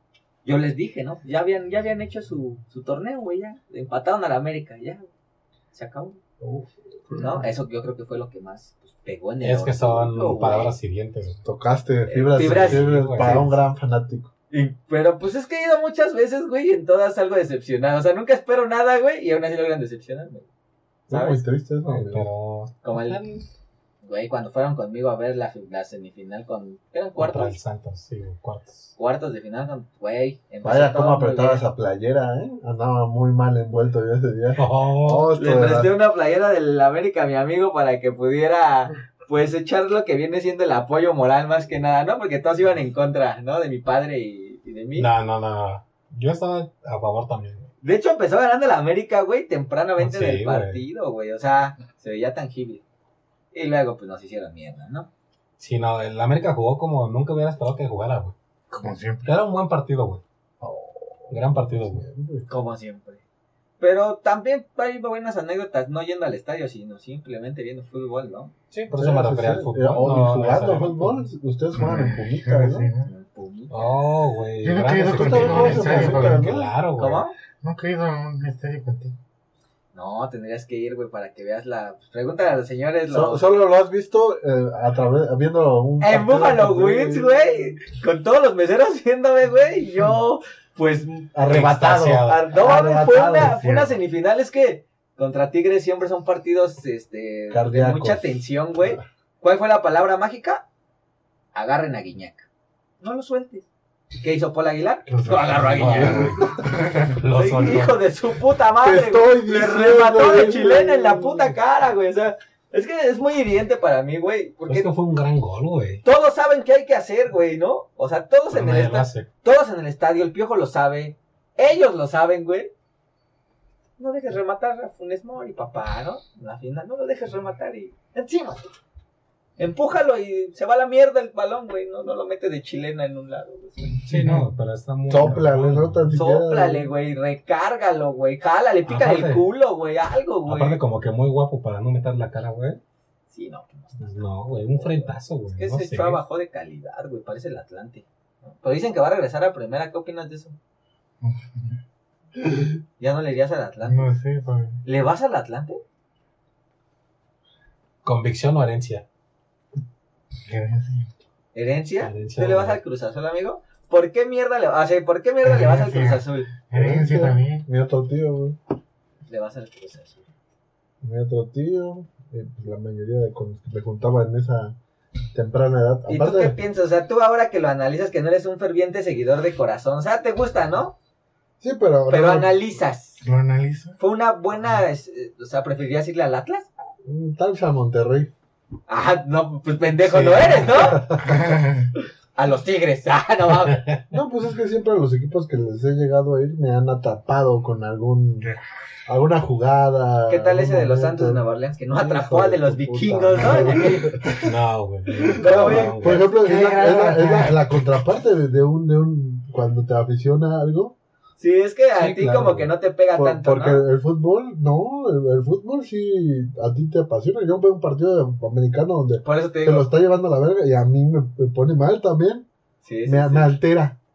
Yo les dije, ¿no? Ya habían, ya habían hecho su, su torneo, güey, ya. Empataron a la América, ya. Se acabó. Uf, ¿No? Eso yo creo que fue lo que más pues, pegó en el Es que son orgullo, güey. palabras hirientes. tocaste fibras, fibras, sensibles sí, para güey. un gran fanático. Y- pero pues es que he ido muchas veces, güey, y en todas salgo decepcionado. O sea, nunca espero nada, güey, y aún así logran decepcionarme. Es muy ¿Sabes? triste eso. amigo. Pero. Como el, güey, cuando fueron conmigo a ver la, la semifinal con, ¿qué eran Contra cuartos? el Santos, sí, güey, cuartos. Cuartos de final con, güey. empezó Vaya todo cómo muy apretaba bien. esa playera, ¿eh? Andaba muy mal envuelto yo ese día. Oh, Oh, esto Le de presté la- una playera del América a mi amigo para que pudiera, pues, echar lo que viene siendo el apoyo moral más que nada, ¿no? Porque todos iban en contra, ¿no? De mi padre y, y de mí. no, no, no. Yo estaba a favor también, güey. De hecho, empezó ganando la América, güey, tempranamente Sí, en el güey. partido, güey. O sea, se veía tangible. Y luego, pues, nos hicieron mierda, ¿no? Sí, no, el América jugó como nunca hubiera esperado que jugara, güey. Como siempre. Era un buen partido, güey. Gran partido, güey. Como siempre. Pero también hay buenas anécdotas, no yendo al estadio, sino simplemente viendo fútbol, ¿no? Sí, por eso me refería al fútbol. O no, y jugando necesariamente. fútbol, ustedes juegan en Sí, Pumitas, ¿no? sí, ¿no? En Pumita. Oh, güey. Yo nunca he ido grandes contigo equipos. a un estadio, Sí, güey. Claro, güey. ¿Cómo? Nunca he ido a un estadio contigo. No, tendrías que ir, güey, para que veas la... Pregúntale a los señores. So- Los... solo lo has visto eh, a través, viendo un... En partido Buffalo de- Wings, güey. Con todos los meseros viéndome, güey. Y yo, pues... Arrebatado. Extasiado. ar- No, mames, fue Arrebatado, una, fue una cierto. semifinal. Es que contra Tigres siempre son partidos este, de Cardíacos. mucha tensión, güey. ¿Cuál fue la palabra mágica? Agarren a Guiñac. No lo sueltes. ¿Qué hizo Paul Aguilar? Lo Lo agarró a Guiñac, güey. Lo Ay, soltó. hijo de su puta Te madre, estoy güey. Le diciendo, remató de güey. chilena en la puta cara, güey. O sea, es que es muy hiriente para mí, güey. Porque Es que fue un gran gol, güey. todos saben qué hay que hacer, güey, ¿no? O sea, todos en el Nadie lo estadio, hace. todos en el estadio, el Piojo lo sabe. Ellos lo saben, güey. No dejes rematar a Funes Mori, papá, ¿no? En la final, no lo dejes rematar y encima. Empújalo y se va a la mierda el balón, güey. No, no lo mete de chilena en un lado, güey. Sí, no, pero está muy. Sóplale, no tan siquiera- Sóplale, güey, recárgalo, güey, jálale, pícale el Aparte- culo, güey, algo, güey. Aparte, como que muy guapo para no meter la cara, güey. Sí, no, que no está. Pues no, güey, un frentazo, güey. Es que no ese sé. chava bajó de calidad, güey, parece el Atlante. ¿no? Pero dicen que va a regresar a primera, ¿qué opinas de eso? ¿Ya no le irías al Atlante? No sé, Fabi. ¿Le vas al Atlante? Convicción o herencia. Herencia. ¿Herencia? Herencia, ¿Tú le vas güey. al Cruz Azul, amigo? ¿Por qué mierda le, o sea, ¿por qué mierda le vas al Cruz Azul? Herencia también. Mi otro tío, güey. Le vas al Cruz Azul. Mi otro tío. eh, pues la mayoría de con los que me juntaba en esa temprana edad. ¿Y tú qué Aparte, piensas? O sea, tú ahora que lo analizas, que no eres un ferviente seguidor de corazón, o sea, te gusta, ¿no? sí, pero. Pero no, analizas. Lo analizo. ¿Fue una buena, es- eh, o sea, preferirías irle al Atlas? mm, Tal vez a Monterrey. Ah, no, pues pendejo Sí. no eres, ¿no? A los Tigres, ah, no mames. No, pues es que siempre a los equipos que les he llegado a ir me han atrapado con algún. Alguna jugada. ¿Qué tal ese algún de los momento. Santos de Nueva Orleans que no Hijo atrapó al de los tu vikingos, puta ¿no? madre. No, güey. Pero, oye, No, Por güey. ejemplo, Qué es, la, gran es la- es la- batalla. la contraparte de, de un, de un. Cuando te apasiona algo. Sí, es que a Sí, ti claro, como güey. que no te pega por- tanto, porque ¿no? el fútbol, no. El, el fútbol sí a ti te apasiona. Yo veo un partido de- americano donde Por eso te te lo digo. está llevando a la verga y a mí me, me pone mal también. Sí, sí, Me, sí. me altera.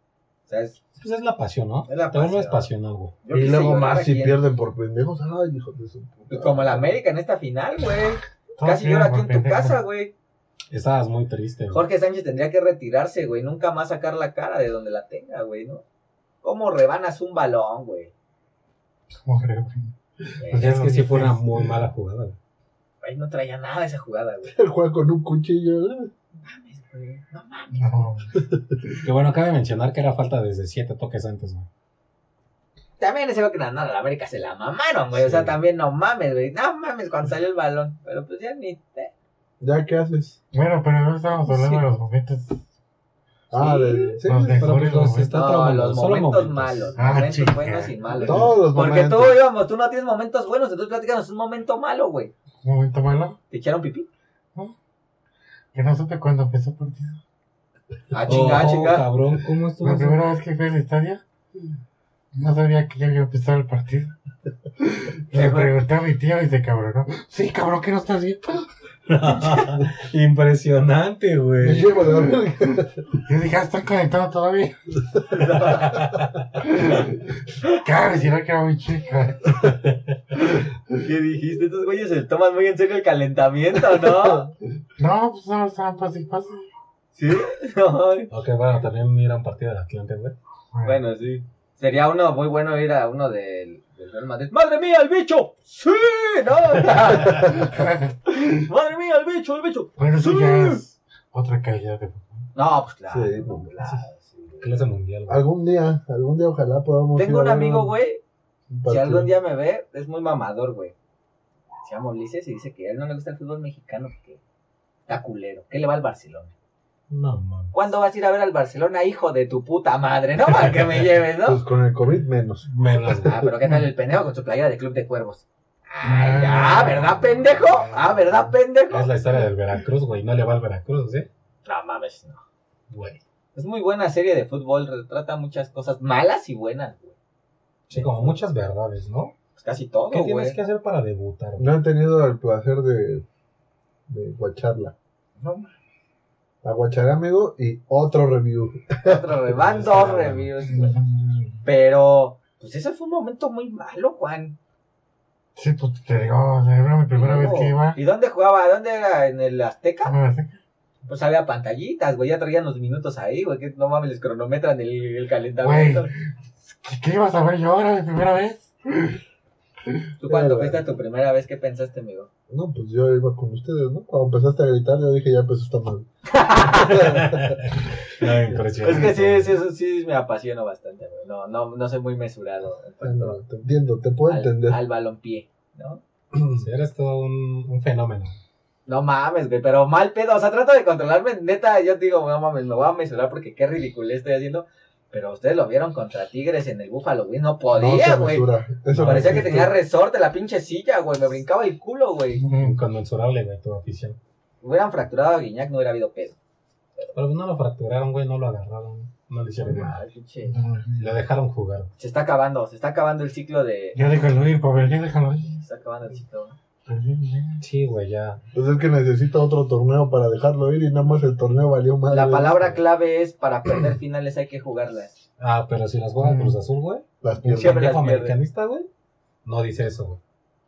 O sea, es, Pues es la pasión, ¿no? Es la Te vuelves pasión. pasional, güey. yo Y quise luego llorar más si aquí en- pierden por pendejos. Ay, hijo de su puta. Pues como la América en esta final, güey. Todos Casi pierden llora aquí por en tu pendejos. casa, güey. Estabas muy triste, güey. Jorge Sánchez tendría que retirarse, güey. Nunca más sacar la cara de donde la tenga, güey, ¿no? ¿Cómo rebanas un balón, güey? ¿Cómo creo, güey? Eh, Pues ya Es lo que sí fue dije. una muy mala jugada, güey. Ahí no traía nada esa jugada, güey. Él juega con un cuchillo. ¿eh? No mames. No, Que bueno, cabe mencionar que era falta desde siete toques antes, güey. También ese que nada, la América se la mamaron, güey. O sea, Sí. también no mames, güey. No mames cuando salió el balón. Pero pues ya ni. eh. ¿Ya qué haces? bueno, pero no estamos hablando Sí. de los momentos. Ah, Sí. de. Sí, Los sí, mejores Pero pues los momentos. está No, traumando, los solo momentos momentos. malos. Ah, momentos chica. buenos y malos. todos los Porque momentos. tú, íbamos, tú no tienes momentos buenos, entonces platícanos un momento malo, güey. Un momento malo. ¿Te echaron pipí? Que no supe cuándo empezó el partido. Ah, chinga, Oh, chinga. cabrón, ¿cómo estuvo La eso? primera vez que fui al estadio, no sabía que ya había empezado el partido. Le pregunté a mi tío y se cabronó. Sí, cabrón, ¿qué no estás viendo? Impresionante, Me güey. llevo la verga. Yo dije, ah, están conectados todavía. Claro, si no que era muy chica. ¿Qué dijiste? Estos güeyes se toman muy en serio el calentamiento, ¿no? No, pues no, estaban pas y pas. ¿Sí? No. Ok, bueno, también ir a un partido del Atlante, güey. Bueno, sí. Sería uno muy bueno ir a uno del, del Real Madrid. ¡Madre mía, el bicho! ¡Sí! ¡No! ¡Madre mía, el bicho, el bicho! Bueno, eso ¡Sí! ya es otra calidad de fútbol. No, pues claro. Sí, no, claro, sí. Clase mundial, güey. Algún día, algún día ojalá podamos. Tengo ir a un ver amigo, güey. un Si partido. algún día me ve, es muy mamador, güey. Se llama Ulises y dice que a él no le gusta el fútbol mexicano porque está culero. ¿Qué le va al Barcelona? No, mames. ¿Cuándo vas a ir a ver al Barcelona, hijo de tu puta madre? No, para que me lleves, Pues ¿no? con el COVID menos. Menos, güey. Ah, pero ¿qué tal el pendejo con su playera de Club de Cuervos? Ay, ya, ¿verdad, pendejo? Ah, ¿verdad, pendejo? Es la historia del Veracruz, güey. No le va al Veracruz, ¿sí? No mames, no. Güey. Es muy buena serie de fútbol, retrata muchas cosas malas y buenas, güey. Sí, como muchas verdades, ¿no? Pues casi todo, ¿Qué tienes güey. que hacer para debutar, güey? No he tenido el placer de, de guacharla. No, La guacharé, amigo, y otro review. otro re- van dos reviews, güey. Pero, pues ese fue un momento muy malo, Juan. Sí, pues te digo, era mi primera vez que iba. ¿Y dónde jugaba? ¿Dónde era? ¿En el Azteca? No, sé. Pues había pantallitas, güey, ya traían los minutos ahí, güey, que no mames, les cronometran el, el calentamiento. ¿Qué, ¿Qué ibas a ver yo ahora mi primera vez? ¿Tú cuando Eh, fuiste a tu primera vez, qué pensaste, amigo? No, pues yo iba con ustedes, ¿no? Cuando empezaste a gritar, yo dije, ya empezó esta mal. No, Es impresionante. que sí, sí, eso sí me apasiona bastante, güey. No, no, no soy muy mesurado en Ah, cuanto no, te entiendo, te puedo al, entender. al balompié, ¿no? Sí, eres todo un, un fenómeno. No mames, güey, pero mal pedo, o sea, trato de controlarme, neta, yo digo, no mames, me voy a mesurar porque qué ridículo estoy haciendo, pero ustedes lo vieron contra Tigres en el Búfalo, güey, no No podía, se güey, mesura. Eso parecía que existe. tenía resorte la pinche silla, güey, me brincaba el culo, güey, Inconmensurable, güey, tu afición. hubieran fracturado a Guiñac, no hubiera habido pedo. Pero no lo fracturaron, güey, no lo agarraron. No le hicieron nada. Ay, pinche, Le dejaron jugar. se está acabando, se está acabando el ciclo de, Ya déjalo ir, Pavel, ya déjalo ir. se está acabando el ciclo, ¿no? Sí, güey, ya. Pues es que necesita otro torneo para dejarlo ir y nada más el torneo valió más. La palabra clave es, para perder finales hay que jugarlas. Ah, pero si las juega Mm. Cruz Azul, güey. Las Un piernas. Siempre las pendejo pierde. americanista, güey. No dice eso, güey.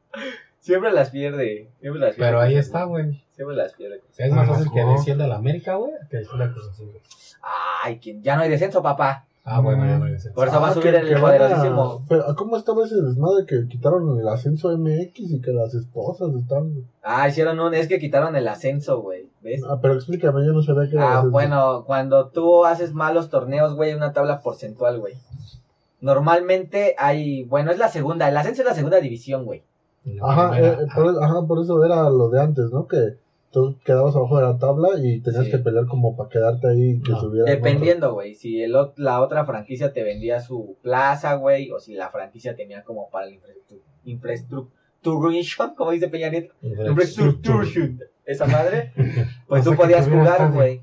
Siempre las pierde, siempre las pierde. Pero ahí está, güey. Siempre las pierde. O sea, es más Ah, fácil que jugó. descienda la América, güey, que descienda Cruz Azul, güey. Ay, ¿quién? Ya no hay descenso, papá. Ah, bueno, ya no hay descenso. Por eso va a Ah, subir que- el que van a- poderosísimo. Pero, ¿cómo estaba ese desmadre que quitaron el ascenso M X y que las esposas están... Ah, hicieron un, es que quitaron el ascenso, güey, ¿ves? Ah, pero explícame, yo no sabía que era Ah, ascenso. bueno, cuando tú haces malos torneos, güey, hay una tabla porcentual, güey. Normalmente hay, bueno, es la segunda, el ascenso es la segunda división, güey. En la Ajá, primera, eh, por, ajá, por eso era lo de antes, ¿no? Que tú quedabas abajo de la tabla y tenías Sí. que pelear como para quedarte ahí que No, subiera. Dependiendo, güey, si el, ot- la otra franquicia te vendía su plaza, güey, o si la franquicia tenía como para la infraestru- infraestructuration, como dice Peña Nieto, infraestructuration, esa madre, pues O tú sea, que podías tuviera jugar, estadio. güey.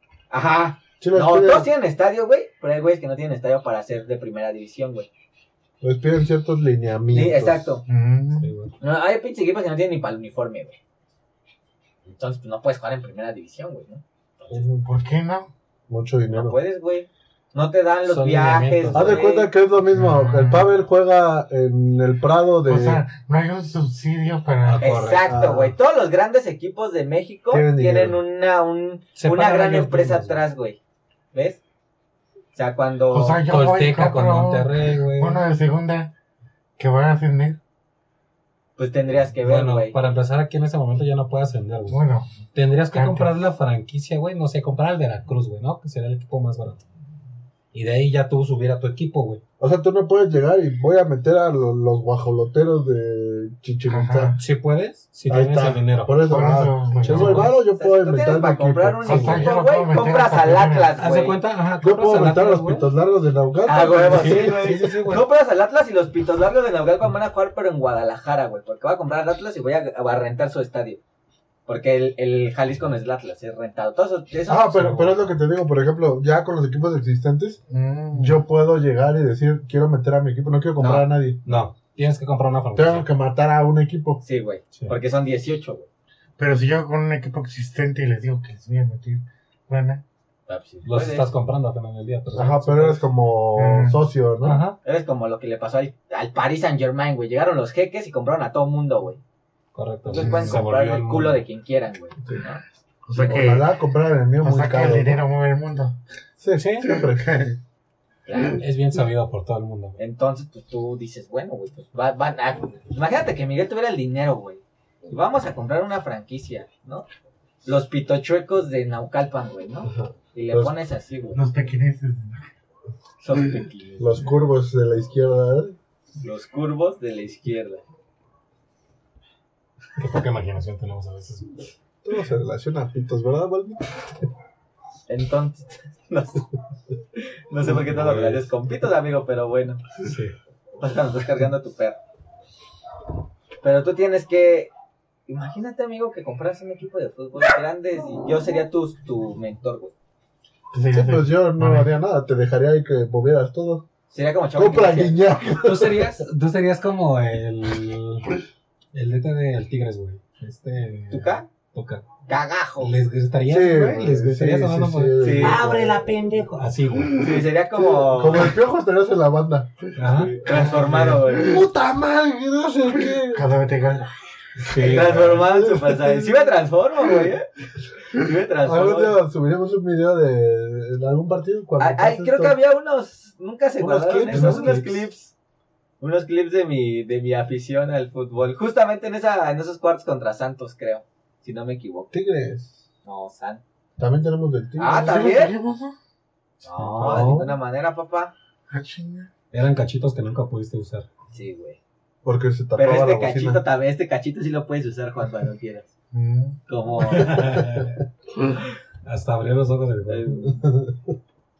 Ajá. Sí, les, No, piden, todos tienen estadio, güey, pero hay güeyes que no tienen estadio para ser de primera división, güey. les piden ciertos lineamientos. Sí, exacto. Mm. Sí, güey. No, hay pinches equipos que no tienen ni para el uniforme, güey. Entonces, pues no puedes jugar en primera división, güey, ¿no? Ujú, ¿Por qué no? Mucho No dinero. puedes, güey. No te dan los Son viajes. lineamientos. Haz de güey. cuenta que es lo mismo. Ah. El Pavel juega en el Prado de. O sea, no hay un subsidio para... Ah, Exacto, Ah. güey. Todos los grandes equipos de México Tienen tienen, dinero. una, un, Se una pagan gran ellos empresa mismos, güey. atrás, güey. ¿Ves? O sea, cuando... O sea, yo voy y Tolteca con compro Monterrey, güey. uno de segunda que va a ascender. pues tendrías que ver, Bueno, güey. para empezar aquí en ese momento ya no puede ascender, güey. Bueno, Tendrías que antes. comprar la franquicia, güey. No sé, comprar al Veracruz, güey, ¿no? Que sería el equipo más barato. Y de ahí ya tú subir a tu equipo, güey. O sea, tú no puedes llegar y voy a meter a lo- los guajoloteros de Chichén Itzá. Ajá. Si puedes, si Ahí tienes está. el dinero. Por eso, Por ah, eso, güey. tengo el varo, yo O sea, puedo si tú inventar tienes mi para equipo. comprar un O sea, yo equipo, lo güey, puedo meter compras hasta al primera. Atlas, Haz de güey. cuenta, ajá. Yo compras puedo al meter a Atlas, los güey. pitos largos de Naucalpan. Ah, huevo, Sí, sí, güey. sí, sí, sí, güey. Compras al Atlas y los pitos largos de Naucalpan van a jugar, pero en Guadalajara, güey. Porque voy a comprar al Atlas y voy a, a rentar su estadio. Porque el, el Jalisco no es el Atlas, es rentado. Todo eso, eso- Ah, pero, pero es lo que te digo, por ejemplo, ya con los equipos existentes, mm, yo puedo llegar y decir, quiero meter a mi equipo, no quiero comprar No. a nadie. No, tienes que comprar una franquicia. Tengo que matar a un equipo. Sí, güey. Sí. Porque son dieciocho, güey. Pero si yo con un equipo existente y les digo que les voy a meter lana, Ah, pues sí, Los puedes. estás comprando al final del día. Pero Ajá, pero eres como Mm. socio, ¿no? Ajá, Es como lo que le pasó al, al Paris Saint Germain, güey. Llegaron los jeques y compraron a todo mundo, güey. correcto. Entonces Mm, pueden Se comprar volvió el el culo mundo. de quien quieran, güey. Sí. ¿no? o sea que, Ojalá comprar el mío o muy sea que caro. el ¿no? dinero mueve el mundo. Sí, Sí. siempre. Claro. Es bien sabido por todo el mundo, güey. Entonces, pues tú dices, bueno, güey, pues va- van a... Imagínate que Miguel tuviera el dinero, güey. Y vamos a comprar una franquicia, ¿no? Los pitochuecos de Naucalpan, güey, ¿no? Ajá. Y le Los- pones así, güey. Los pequineses. Los pequeños. Los curvos de la izquierda, ¿eh? Los curvos de la izquierda. Qué poca imaginación tenemos a veces. Todo se relaciona a pitos, ¿verdad, Balbi? Entonces, no sé, no sé por qué te lo relacionas con pitos, amigo, pero bueno. Sí. Pues cuando estás cargando a tu perro. Pero tú tienes que... Imagínate, amigo, que compras un equipo de fútbol grandes y yo sería tu, tu mentor, güey. Sí, pues yo no haría nada, te dejaría ahí que movieras todo. Sería como Chavo Compra Iglesias. Guiñac. Tú serías, tú serías como el. El D T del Tigres, güey. Este. ¿Tuca? Tuca. Cagajo. Les gritarías, Sí, güey. güey, Les gritarías sí, sonando sí, por. sí. Sí. ¡Ábrela, pendejo! Así, güey. Sí, sería como... Como el piojo estarías en la banda. Ajá. Transformado, güey. ¡Puta madre! No sé qué. Cada vez te gana. Sí, Transformado en Super Saiyan. Sí me transformo, güey, ¿eh? Sí me Algún transformo. día subiremos un video de en algún partido cuando Ay, ay, pase creo esto. que había unos... Nunca se Unos guardaron clips, esos, unos unos clips. clips. Unos clips de mi, de mi afición al fútbol. Justamente en esa, en esos cuartos contra Santos, creo. Si no me equivoco. Tigres. No, San. También tenemos del Tigres. Ah, ¿también? ¿Tenemos? No, de No. ninguna manera, papá. Ah, chinga. Eran cachitos que nunca pudiste usar. Sí, güey. Porque se tapaba Pero este la cachito bocina. también, este cachito sí lo puedes usar, Juan, cuando quieras. Mm. Como... Hasta abrió los ojos del güey.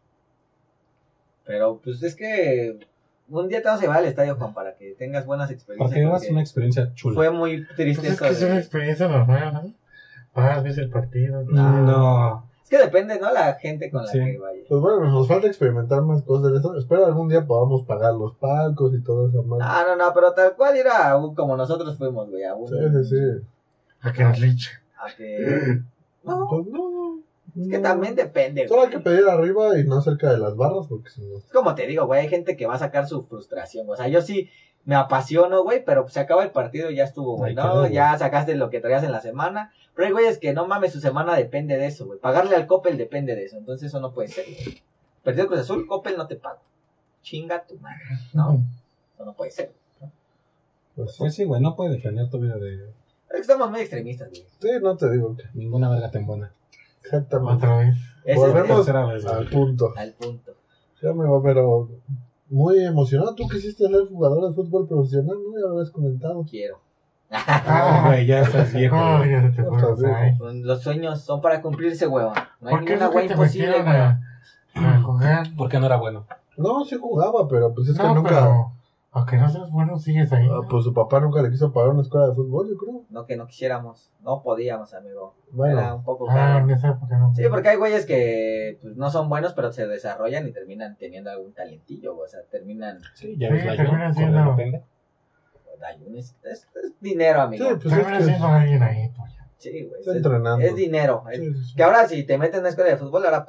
Pero pues es que un día te vamos a llevar al estadio, Juan, para que tengas buenas Para experiencias. que vivas porque una experiencia chula. Fue muy triste Pues es eso. que es de- una experiencia normal, ¿no? Vas, ves el partido. No. No. Es que depende, ¿no? La gente con la Sí. que vaya. Pues bueno, nos falta experimentar más cosas de eso. Espero algún día podamos pagar los palcos y todo eso más. Ah, no, no, pero tal cual era a un- como nosotros fuimos, güey. A un... Sí, sí, sí. A que nos linchen. A que... No, Pues no. es que no. también depende, Solo hay güey. que pedir arriba y no cerca de las barras porque si no. Es como te digo, güey, hay gente que va a sacar su frustración. O sea, yo sí me apasiono, güey, pero se acaba el partido y ya estuvo, güey, Ahí ¿no? quedó, güey. Ya sacaste lo que traías en la semana. Pero hay güeyes que no mames, su semana depende de eso, güey. Pagarle al Coppel depende de eso. Entonces eso no puede ser, güey. Perdido Cruz Azul, Coppel no te paga. Chinga tu madre, ¿no? Eso no puede ser. Pues, sí. Pues sí, güey, no puede defender tu vida de Es que estamos muy extremistas, güey. Sí, no te digo que. ninguna verga tan buena. Exactamente. Otra vez. Ese Volvemos Tercera vez, al güey. punto. es al punto. Sí, amigo, pero muy emocionado. Tú quisiste ser jugador de fútbol profesional, ¿no? Ya lo habías comentado. Quiero. Ah, güey, ya estás viejo. Oh, güey. ya se te Otra fueron, vez. ay. Los sueños son para cumplirse, huevón. No hay ¿Por qué ninguna nunca güey te imposible, metieron güey. a, a jugar? Porque no era bueno. No, sí jugaba, pero pues es que No, nunca. pero aunque no seas bueno, sigues ahí. Ah, pues su papá nunca le quiso pagar una escuela de fútbol, yo creo. No que no quisiéramos. No podíamos, amigo. Era Bueno, un poco Ah, caro. en esa época no. Sí, porque hay güeyes que pues, no son buenos, pero se desarrollan y terminan teniendo algún talentillo, güey. O sea, terminan... Sí, ya Sí, ves la termina yo, siendo- corre, depende. ay, un- Es, es- es dinero, amigo. sí, pues es Termina que siendo alguien ahí, pues. Sí, güey. está Es, entrenando. es dinero. Es- Sí, sí, sí. Que ahora si te meten en una escuela de fútbol, ahora puedes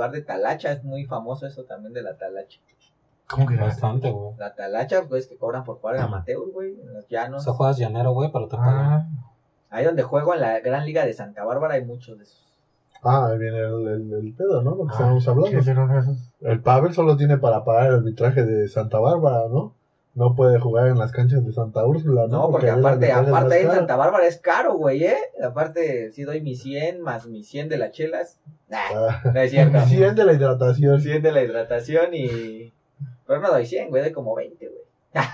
jugar de talacha, es muy famoso eso también de la talacha. ¿Cómo que Bastante, güey. La talacha, pues, que cobran por jugar en amateur, güey, en los O llanos. sea, juegas llanero, güey, pero te pagan. Ah, Ahí donde juego en la Gran Liga de Santa Bárbara hay muchos de esos. Ah, ahí viene el, el, el pedo, ¿no? Lo que ah, estábamos hablando. ¿qué serán esos? El Pavel solo tiene para pagar el arbitraje de Santa Bárbara, ¿no? No puede jugar en las canchas de Santa Úrsula, ¿no? No, porque ahí el aparte, arbitraje es aparte más ahí en caro. Santa Bárbara es caro, güey, ¿eh? Aparte, si doy mi cien más mi cien de las chelas. Nah, Ah, no es cierto. cien de la hidratación. cien de la hidratación y... Pero no doy cien, güey, doy como veinte, güey.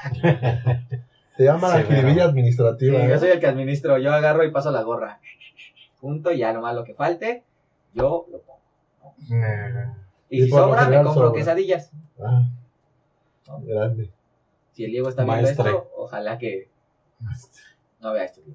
Se llama la Sí, bueno. jiribilla Sí, administrativa. yo ¿no? soy el que administro, yo agarro y paso la gorra. Punto, y ya nomás lo que falte, yo lo pongo. Nah. Y, Y si por lo sobra, me general compro sobra. quesadillas. Ah, grande. Si el Diego está viendo Maestre. esto, ojalá que no vea esto.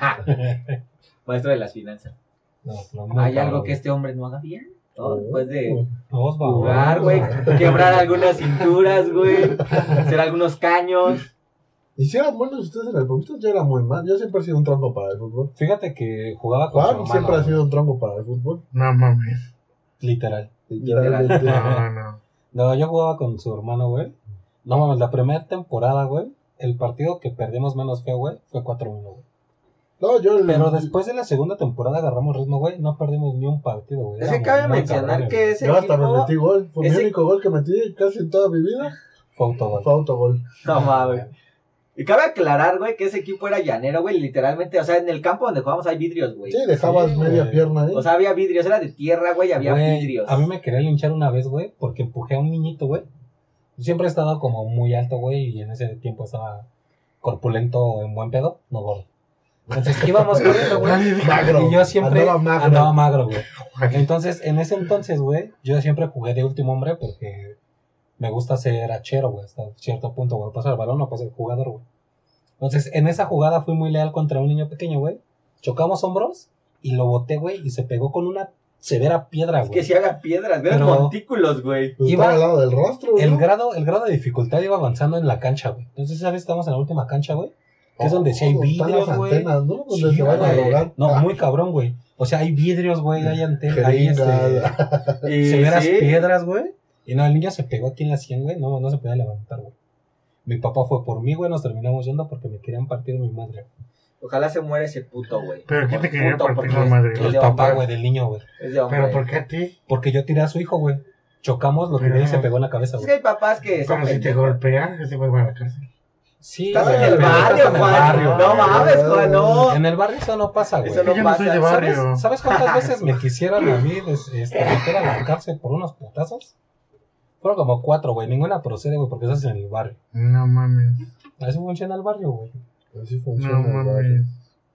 Maestro de las finanzas. No, pero muy ¿Hay caro, algo güey. que este hombre no haga bien? ¿No? Oh. Después de Vamos, vamos. jugar, güey, quebrar algunas cinturas, güey, hacer algunos caños. ¿Y si eran buenos ustedes en el fútbol? Yo era muy mal. Yo siempre he sido un tronco para el fútbol. Fíjate que jugaba con su Juan hermano, siempre ha güey. sido un tronco para el fútbol. No mames. Literal. Literalmente. No, no. No, yo jugaba con su hermano, güey. No mames, la primera temporada, güey, el partido que perdimos menos feo, güey, fue cuatro uno, güey. No, yo... Pero después de la segunda temporada agarramos ritmo, güey, no perdimos ni un partido, güey. Es que Éramos cabe muy mencionar cabrones, que güey. ese Yo hasta me equipo... metí gol. Fue ese- mi único gol que metí casi en toda mi vida. Fue autogol. Fue autogol. No mames. Y cabe aclarar, güey, que ese equipo era llanero, güey, literalmente. O sea, en el campo donde jugamos hay vidrios, güey. Sí, dejabas Sí, media güey. pierna ahí. O sea, había vidrios, era de tierra, güey, había Güey, vidrios. a mí me quería linchar una vez, güey, porque empujé a un niñito, güey. Siempre he estado como muy alto, güey, y en ese tiempo estaba corpulento en buen pedo, no gordo. Entonces íbamos corriendo, güey. Magro. Y yo siempre Andaba magro. andaba magro, güey. Entonces, en ese entonces, güey, yo siempre jugué de último hombre porque me gusta ser hachero, güey, hasta cierto punto, güey. Pasar el balón o pasar el jugador, güey. Entonces, en esa jugada fui muy leal contra un niño pequeño, güey. Chocamos hombros y lo boté, güey, y se pegó con una severa piedra, Es güey. que si haga piedras, ves Pero- montículos, güey. Pues iba- estaba al lado del rostro, El ¿no? grado, el grado de dificultad iba avanzando en la cancha, güey. Entonces, ¿sabes? Estamos en la última cancha, güey. Que es donde sí hay Oh, están vidrios, las güey. antenas, ¿no? Donde Sí, se van a güey. drogar. No, Ah, muy cabrón, güey. O sea, hay vidrios, güey, hay antenas, hay jeringas. este, Y severas sí, piedras, güey. Y no, el niño se pegó aquí en la sien, güey. No, no se podía levantar, güey. Mi papá fue por mí, güey. Nos terminamos yendo porque me querían partir mi madre. ojalá se muera ese puto, güey. ¿Pero quién te Por quería puto, partir porque la es- madre? es El de papá, hombre, güey, del niño, güey. Es de hombre. ¿Pero por qué a ti? Porque yo tiré a su hijo, güey. Chocamos, lo tiré y se pegó en la cabeza, Es que güey. hay papás que son Pero si te pendejos. golpean, ese güey va a la cárcel. Sí, Estás güey, en el pero barrio, estás en el Juan. barrio. No mames, Juan, no. En el barrio eso no pasa, güey. Eso Es que yo no soy pasa. de ¿Sabes, barrio. ¿Sabes cuántas veces me quisieron a mí des- este, meter a la cárcel por unos putazos? Fueron como cuatro, güey. Ninguna procede, güey, porque estás en el barrio. No mames. Así funciona el barrio, güey. Así funciona. No el barrio.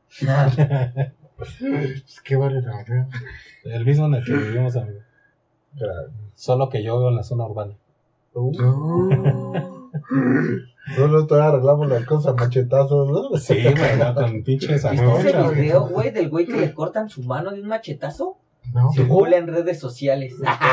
mames. Es que barrio tan feo. El mismo en el que vivimos, amigo. Claro. Solo que yo vivo en la zona urbana. Uh, No. Solo todavía arreglamos las cosas a machetazos, ¿no? Sí, güey, no, con pinches ¿Viste antorchas, ese güey. video, güey, del güey que le cortan su mano de un machetazo? No. Circula en redes sociales.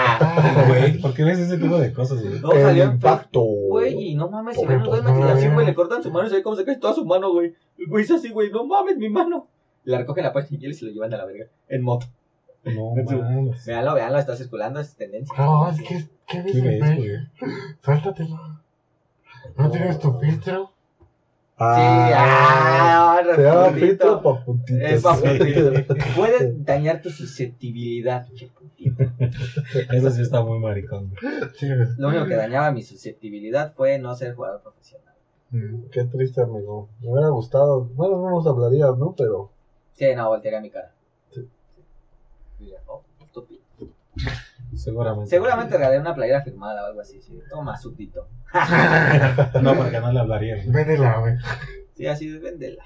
Güey, ¿por qué ves ese tipo de cosas, güey? No, salió El en impacto. Güey, y no mames, se ven los Poquito, dos no, así, no. güey, le cortan su mano y se ve cómo se cae toda su mano, güey. El güey es así, güey, no mames, mi mano. La recogen la página y se lo llevan a la verga, en moto. No mames. Veanlo, veanlo, está circulando, es tendencia. No, es que. ¿Qué ¿Qué dices, ves, güey? güey? Suéltatelo. ¿No tienes tu filtro? Sí, ah, Se llama reputito. filtro pa' putitos. Es pa' putito. Puede dañar tu susceptibilidad, che putito. Eso sí está muy maricón, güey. Sí, güey. Lo único que dañaba mi susceptibilidad fue no ser jugador profesional. Mm. Qué triste, amigo. Me hubiera gustado. Bueno, no nos hablarías, ¿no? Pero. Sí, no, voltearía mi cara. Sí. Diría, oh, estúpido. Seguramente. Seguramente regalé una playera firmada o algo así, sí. Toma, súbdito. No, porque no le hablaría, güey. Véndela, güey. Sí, así es, véndela.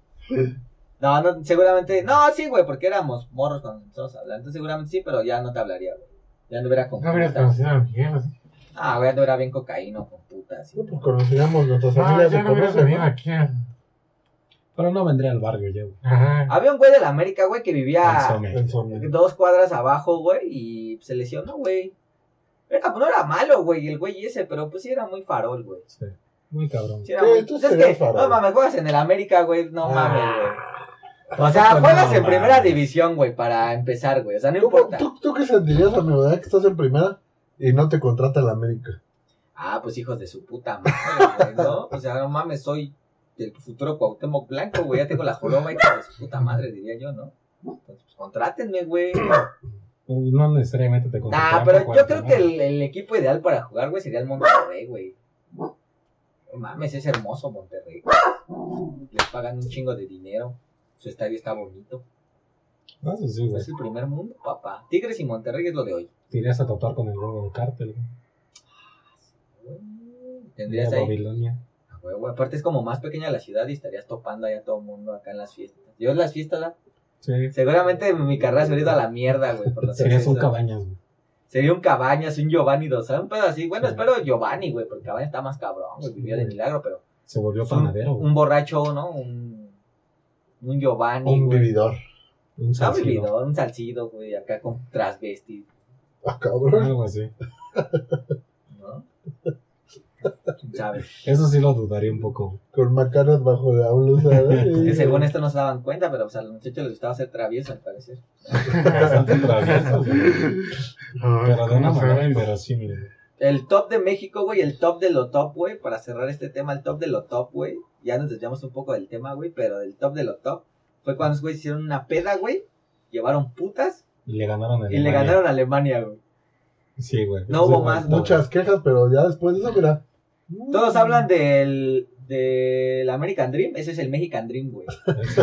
No, no, seguramente, no, sí, güey, porque éramos morros cuando empezamos a hablar, entonces seguramente sí, pero ya no te hablaría, güey. Ya no hubiera con No hubieras putas. conocido a Miguel así. Ah, güey, no era bien cocaíno con putas. No, pues conocíamos nuestras No, familias ya de no hubieras conocer, venido ¿no? aquí. a- Pero no vendría al barrio ya, güey. Ajá. Había un güey de la América, güey, que Al vivía Some. En zona. dos cuadras abajo, güey, y se lesionó, güey. Era, no era malo, güey, el güey ese, pero pues sí era muy farol, güey. Sí. Muy cabrón. Sí, era Sí, muy... tú pues es serías que, farol. no mames, juegas en el América, güey, no Ah. mames, güey. O sea, No, juegas no, en no, primera no. división, güey, para empezar, güey. O sea, no ¿Cómo- importa. ¿Tú, ¿Tú qué sentirías, amigo, de que estás en primera y no te contrata la América? Ah, pues hijos de su puta madre, güey, ¿no? O sea, no mames, soy el futuro Cuauhtémoc Blanco, güey. Ya tengo la joroba, hijos de su puta madre, diría yo, ¿no? Entonces, pues, contrátenme, güey. No necesariamente te Nah, contratarán pero por yo creo cuarenta, que ¿no? el, el equipo ideal para jugar, güey, sería el Monterrey, güey. No mames, es hermoso Monterrey. Les pagan un chingo de dinero. Su estadio está bonito. Ah, sí, sí, güey. Es el primer mundo, papá. Tigres y Monterrey es lo de hoy. Te irías a tatuar con el logo del cártel, güey. Tendrías De ahí. Babilonia. Ah, güey, güey, aparte es como más pequeña la ciudad y estarías topando ahí a todo el mundo acá en las fiestas. Yo en las fiestas, ¿no? Sí. Seguramente mi carrera se hubiera ido a la mierda, güey. Por las Serías un fiestas. Cabañas, güey. Sería un Cabañas, un Giovanni Dos Santos, un pedo así. Bueno, Sí. espero Giovanni, güey, porque Cabañas está más cabrón, güey. Vivió de milagro, pero. Se volvió Un, panadero, güey. un borracho, ¿no? Un. Un Giovanni. Un güey. vividor. Un Un salcido. vividor, un salcido, güey, acá con transvesti, Ah, cabrón. Algo así. ¿no? ¿Quién sabe? Eso sí lo dudaría un poco. Con macanas bajo la blusa. Es que ¿eh? según esto no se daban cuenta, pero pues, a los muchachos les gustaba ser traviesos, al parecer. Bastante travieso, güey. Ay, Pero de una ¿cómo manera sabes? inverosímil, güey. El top de México, güey, el top de lo top, güey, para cerrar este tema, el top de lo top, güey. Ya nos desviamos un poco del tema, güey, pero del top de lo top fue cuando los güeyes hicieron una peda, güey, llevaron putas Y le ganaron a y le ganaron a Alemania, güey. Sí, güey. No Sí, hubo güey. más, ¿no? Muchas quejas, pero ya después de eso, mira. Todos hablan del, del American Dream, ese es el Mexican Dream, güey.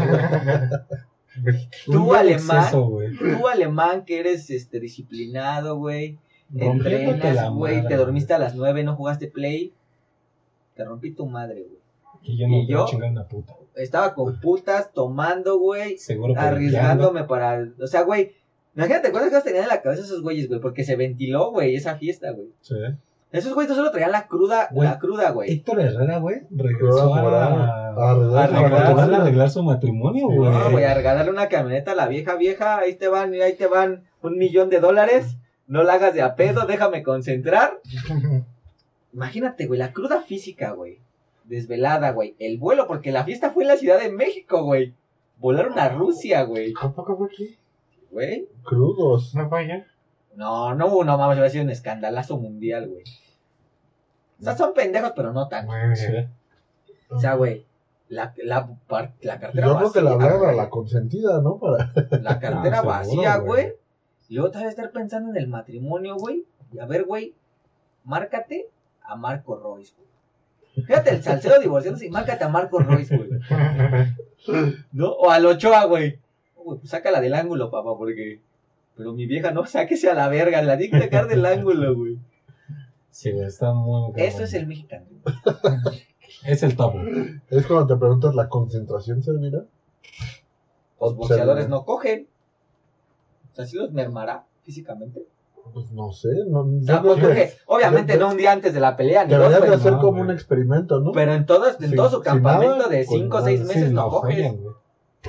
Un Tú, gran alemán, exceso, güey. tú alemán que eres este disciplinado, güey, Rompiéndote entrenas, la güey, madre, te dormiste a las nueve, no jugaste play, te rompí tu madre, güey. Y yo no ¿Y quiero yo? chingar una puta. Estaba con putas, tomando, güey, Seguro que arriesgándome para, o sea, güey, imagínate cuántas cosas tenían en la cabeza esos güeyes, güey, porque se ventiló, güey, esa fiesta, güey. Sí. Esos güeyes no solo traían la cruda, Güey, la cruda, güey. Héctor Herrera, güey, Pero regresó ahora, a... a arreglar a su a arreglar, Portugal matrimonio. a arreglar su matrimonio, Sí, güey. No, güey, a regalarle una camioneta a la vieja, vieja, ahí te van, ahí te van un millón de dólares, no la hagas de a pedo, déjame concentrar. Imagínate, güey, la cruda física, güey, desvelada, güey, el vuelo, porque la fiesta fue en la Ciudad de México, güey, volaron a Rusia, güey, ¿A poco fue aquí? güey, Crudos. ¿No fue allá? no, no, no, mames, hubiera sido un escandalazo mundial, güey. O sea, son pendejos, pero no tan. Muy Sí. bien. O sea, güey, la, la, par- la cartera Yo creo que le vacía, hablaron a güey. la consentida, ¿no? Para... La cartera Ah, seguro, vacía, güey. güey. Y luego te vas a estar pensando en el matrimonio, güey. Y a ver, güey, márcate a Marco Royce, güey. Fíjate, el salsero divorciándose y márcate a Marco Royce, güey. ¿No? O al Ochoa, güey. No, güey, pues sácala del ángulo, papá, porque... Pero mi vieja, no, sáquese a la verga. La di que sacar del ángulo, güey. Sí, güey, está muy... Eso es el mexicano. Es el top, güey. Es cuando te preguntas, ¿la concentración servirá? Los boxeadores no cogen. O sea, sí los mermará físicamente. Pues no sé. No, O yo sea, creo pues, creo que que, obviamente yo- no un día antes de la pelea, ni dos, deberían de güey. hacer no, como güey. un experimento, ¿no? Pero en todo, en Sí, todo su sin campamento nada, de con cinco o nada. seis meses Sí, no no coges. juegan, güey.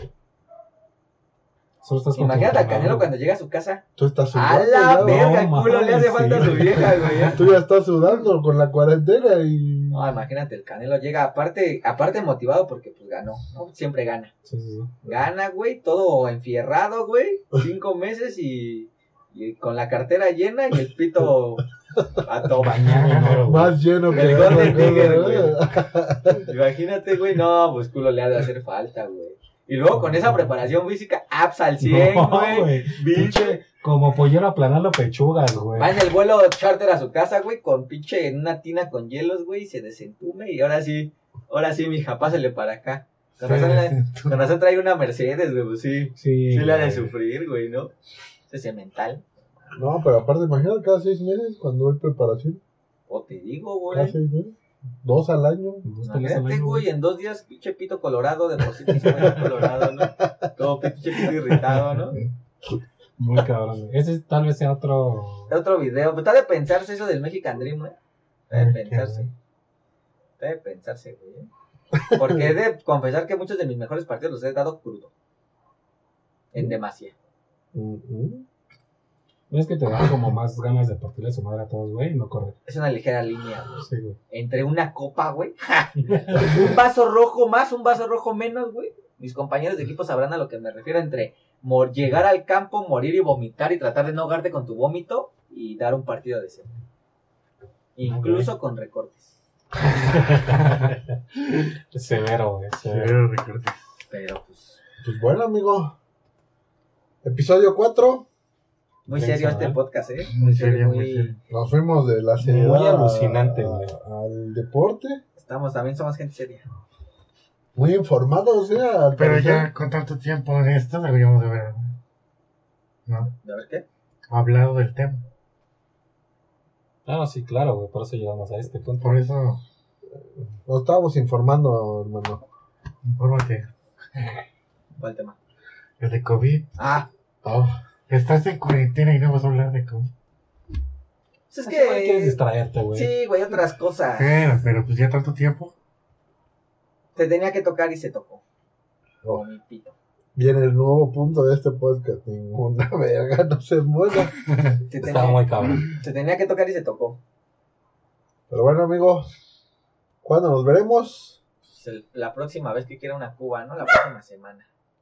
Solo estás con tu Imagínate a entrenador, Canelo güey. cuando llega a su casa. Tú estás A sudando. la ya, verga, No, culo, le hace mames, falta a sí. su vieja, güey. Tú ya estás sudando con la cuarentena y... No, imagínate, el Canelo llega aparte, aparte motivado porque pues ganó, ¿no? Siempre gana. Sí, sí, sí. Gana, güey, todo enfierrado, güey. Cinco meses y, y con la cartera llena y el pito a todo Bañado en oro, güey. Más lleno que... El Golden Tiger, güey. güey. Imagínate, güey, no, pues culo le ha de hacer falta, güey. Y luego con esa preparación física, apps al cien, No, güey. güey. Pinche. Pinche, como pollero aplanando pechugas, güey. Va en el vuelo charter a su casa, güey, con pinche en una tina con hielos, güey, y se desentume y ahora sí, ahora sí, mija, pásale para acá. Con razón, la- con razón trae una Mercedes, güey, pues sí, Sí, sí le ha de güey. sufrir, güey, ¿no? Ese mental. No, pero aparte, imagínate cada seis meses cuando hay preparación. O te digo, Cada güey. seis meses. Dos al año. Dos peleas al Imagínate, año, güey, en dos días, pinche pito colorado, de por sí pinche pito colorado, ¿no? Todo pinche pito irritado, ¿no? Muy cabrón, güey. Ese tal vez sea otro... Otro video, pues está de pensarse eso del Mexican Dream, güey. Está de pensarse. Está de pensarse, güey. ¿eh? Porque he de confesar que muchos de mis mejores partidos los he dado crudo. En demasía. Mm, mm. Es que te dan como más ganas de partirle su madre a todos, güey, y no correr. Es una ligera línea, güey. Sí, güey. Entre una copa, güey. Un vaso rojo más, un vaso rojo menos, güey. Mis compañeros de equipo sabrán a lo que me refiero entre mor- llegar al campo, morir y vomitar y tratar de no ahogarte con tu vómito y dar un partido decente. Incluso okay. con recortes. Severo, güey. Severo. Severo recortes. Pero pues... Pues bueno, amigo. Episodio cuatro. Muy serio este podcast, ¿eh? Muy serio, muy serio. Nos fuimos de la seriedad muy alucinante, a, güey. al deporte. Estamos, también somos gente seria. Muy informados, ¿eh? Al Pero parecer. ya con tanto tiempo en esto deberíamos de haber, ¿no? ¿De ver qué? Hablado del tema. Ah, sí, claro, güey. Por eso llegamos a este punto. Por eso, Nos estábamos informando, hermano. infórmate. ¿Cuál tema? El de COVID. Ah, Oh. Estás en cuarentena y no vas a hablar de COVID. pues es Es que quieres que... distraerte, güey. Sí, güey, otras cosas. Pero, pero pues ya tanto tiempo. Te tenía que tocar y se tocó. Oh. Como mi pito. Viene el nuevo punto de este podcast. Ninguna verga no se muera. Se Estaba tenía, muy cabrón. se tenía que tocar y se tocó. Pero bueno, amigos. ¿Cuándo nos veremos? Pues el- la próxima vez que quiera una cuba, ¿no? La próxima semana.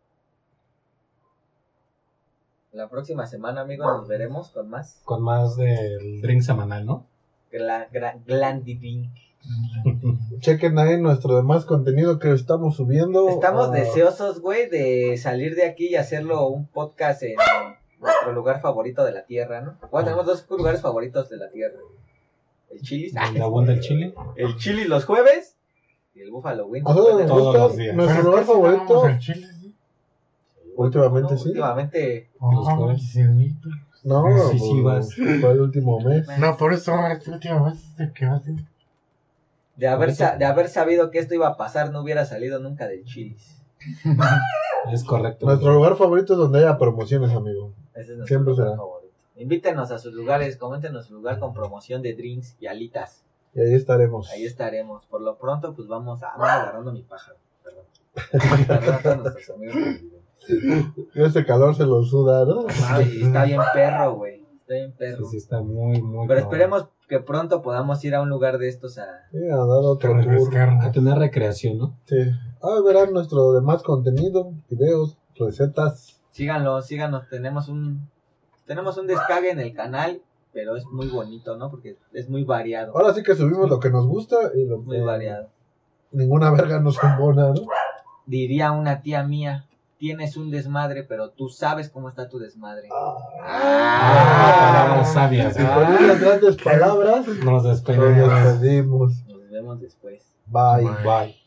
La próxima semana, amigos, nos veremos con más Con más del drink semanal, ¿no? gla- gra- Glandy Drink. Chequen ahí nuestro demás contenido que estamos subiendo. Estamos Ah, deseosos, güey, de salir de aquí y hacerlo un podcast en nuestro lugar favorito de la tierra, ¿no? Bueno, tenemos dos lugares favoritos de la tierra. El Chili's. El jabón del chile. El Chili's los jueves y el Buffalo Wings. ¿A nosotros nos Todos gusta? los días. Nuestro Pero lugar casi favorito. vamos al Chile, ¿sí? Últimamente No, sí. Últimamente. Los Oh, jueves. sí, sí. No, Sí, sí, pues, vas. fue el último mes. No, por eso esta última vez es que va a ser. De haber, Por sa- eso. de haber sabido que esto iba a pasar, no hubiera salido nunca del Chili's. Es correcto. Nuestro lugar favorito es donde haya promociones, amigo. Ese es nuestro Siempre lugar será. favorito. Invítenos a sus lugares, coméntenos su lugar con promoción de drinks y alitas. Y ahí estaremos. Ahí estaremos. Por lo pronto, pues vamos a... Ando agarrando mi pájaro. Perdón. Perdón a todos nuestros amigos televidentes. Este calor se lo suda, ¿no? Ay, está bien perro, güey. Está bien perro. Sí, sí, está muy, muy. Pero cabrón. esperemos que pronto podamos ir a un lugar de estos a... Sí, a dar otro Para tour. A refrescarnos. tener recreación, ¿no? Sí. Ah, verán nuestro demás contenido, videos, recetas. Síganlo, síganos. Tenemos un... Tenemos un descargue en el canal, pero es muy bonito, ¿no? Porque es muy variado. Ahora sí que subimos lo que nos gusta y lo Muy que variado. ninguna verga nos embona, ¿no? Diría una tía mía, tienes un desmadre, pero tú sabes cómo está tu desmadre. Ah, palabras sabias. Y ¿no? con esas grandes palabras Nos nos despedimos. despedimos. Nos vemos después. Bye. Bye. Bye.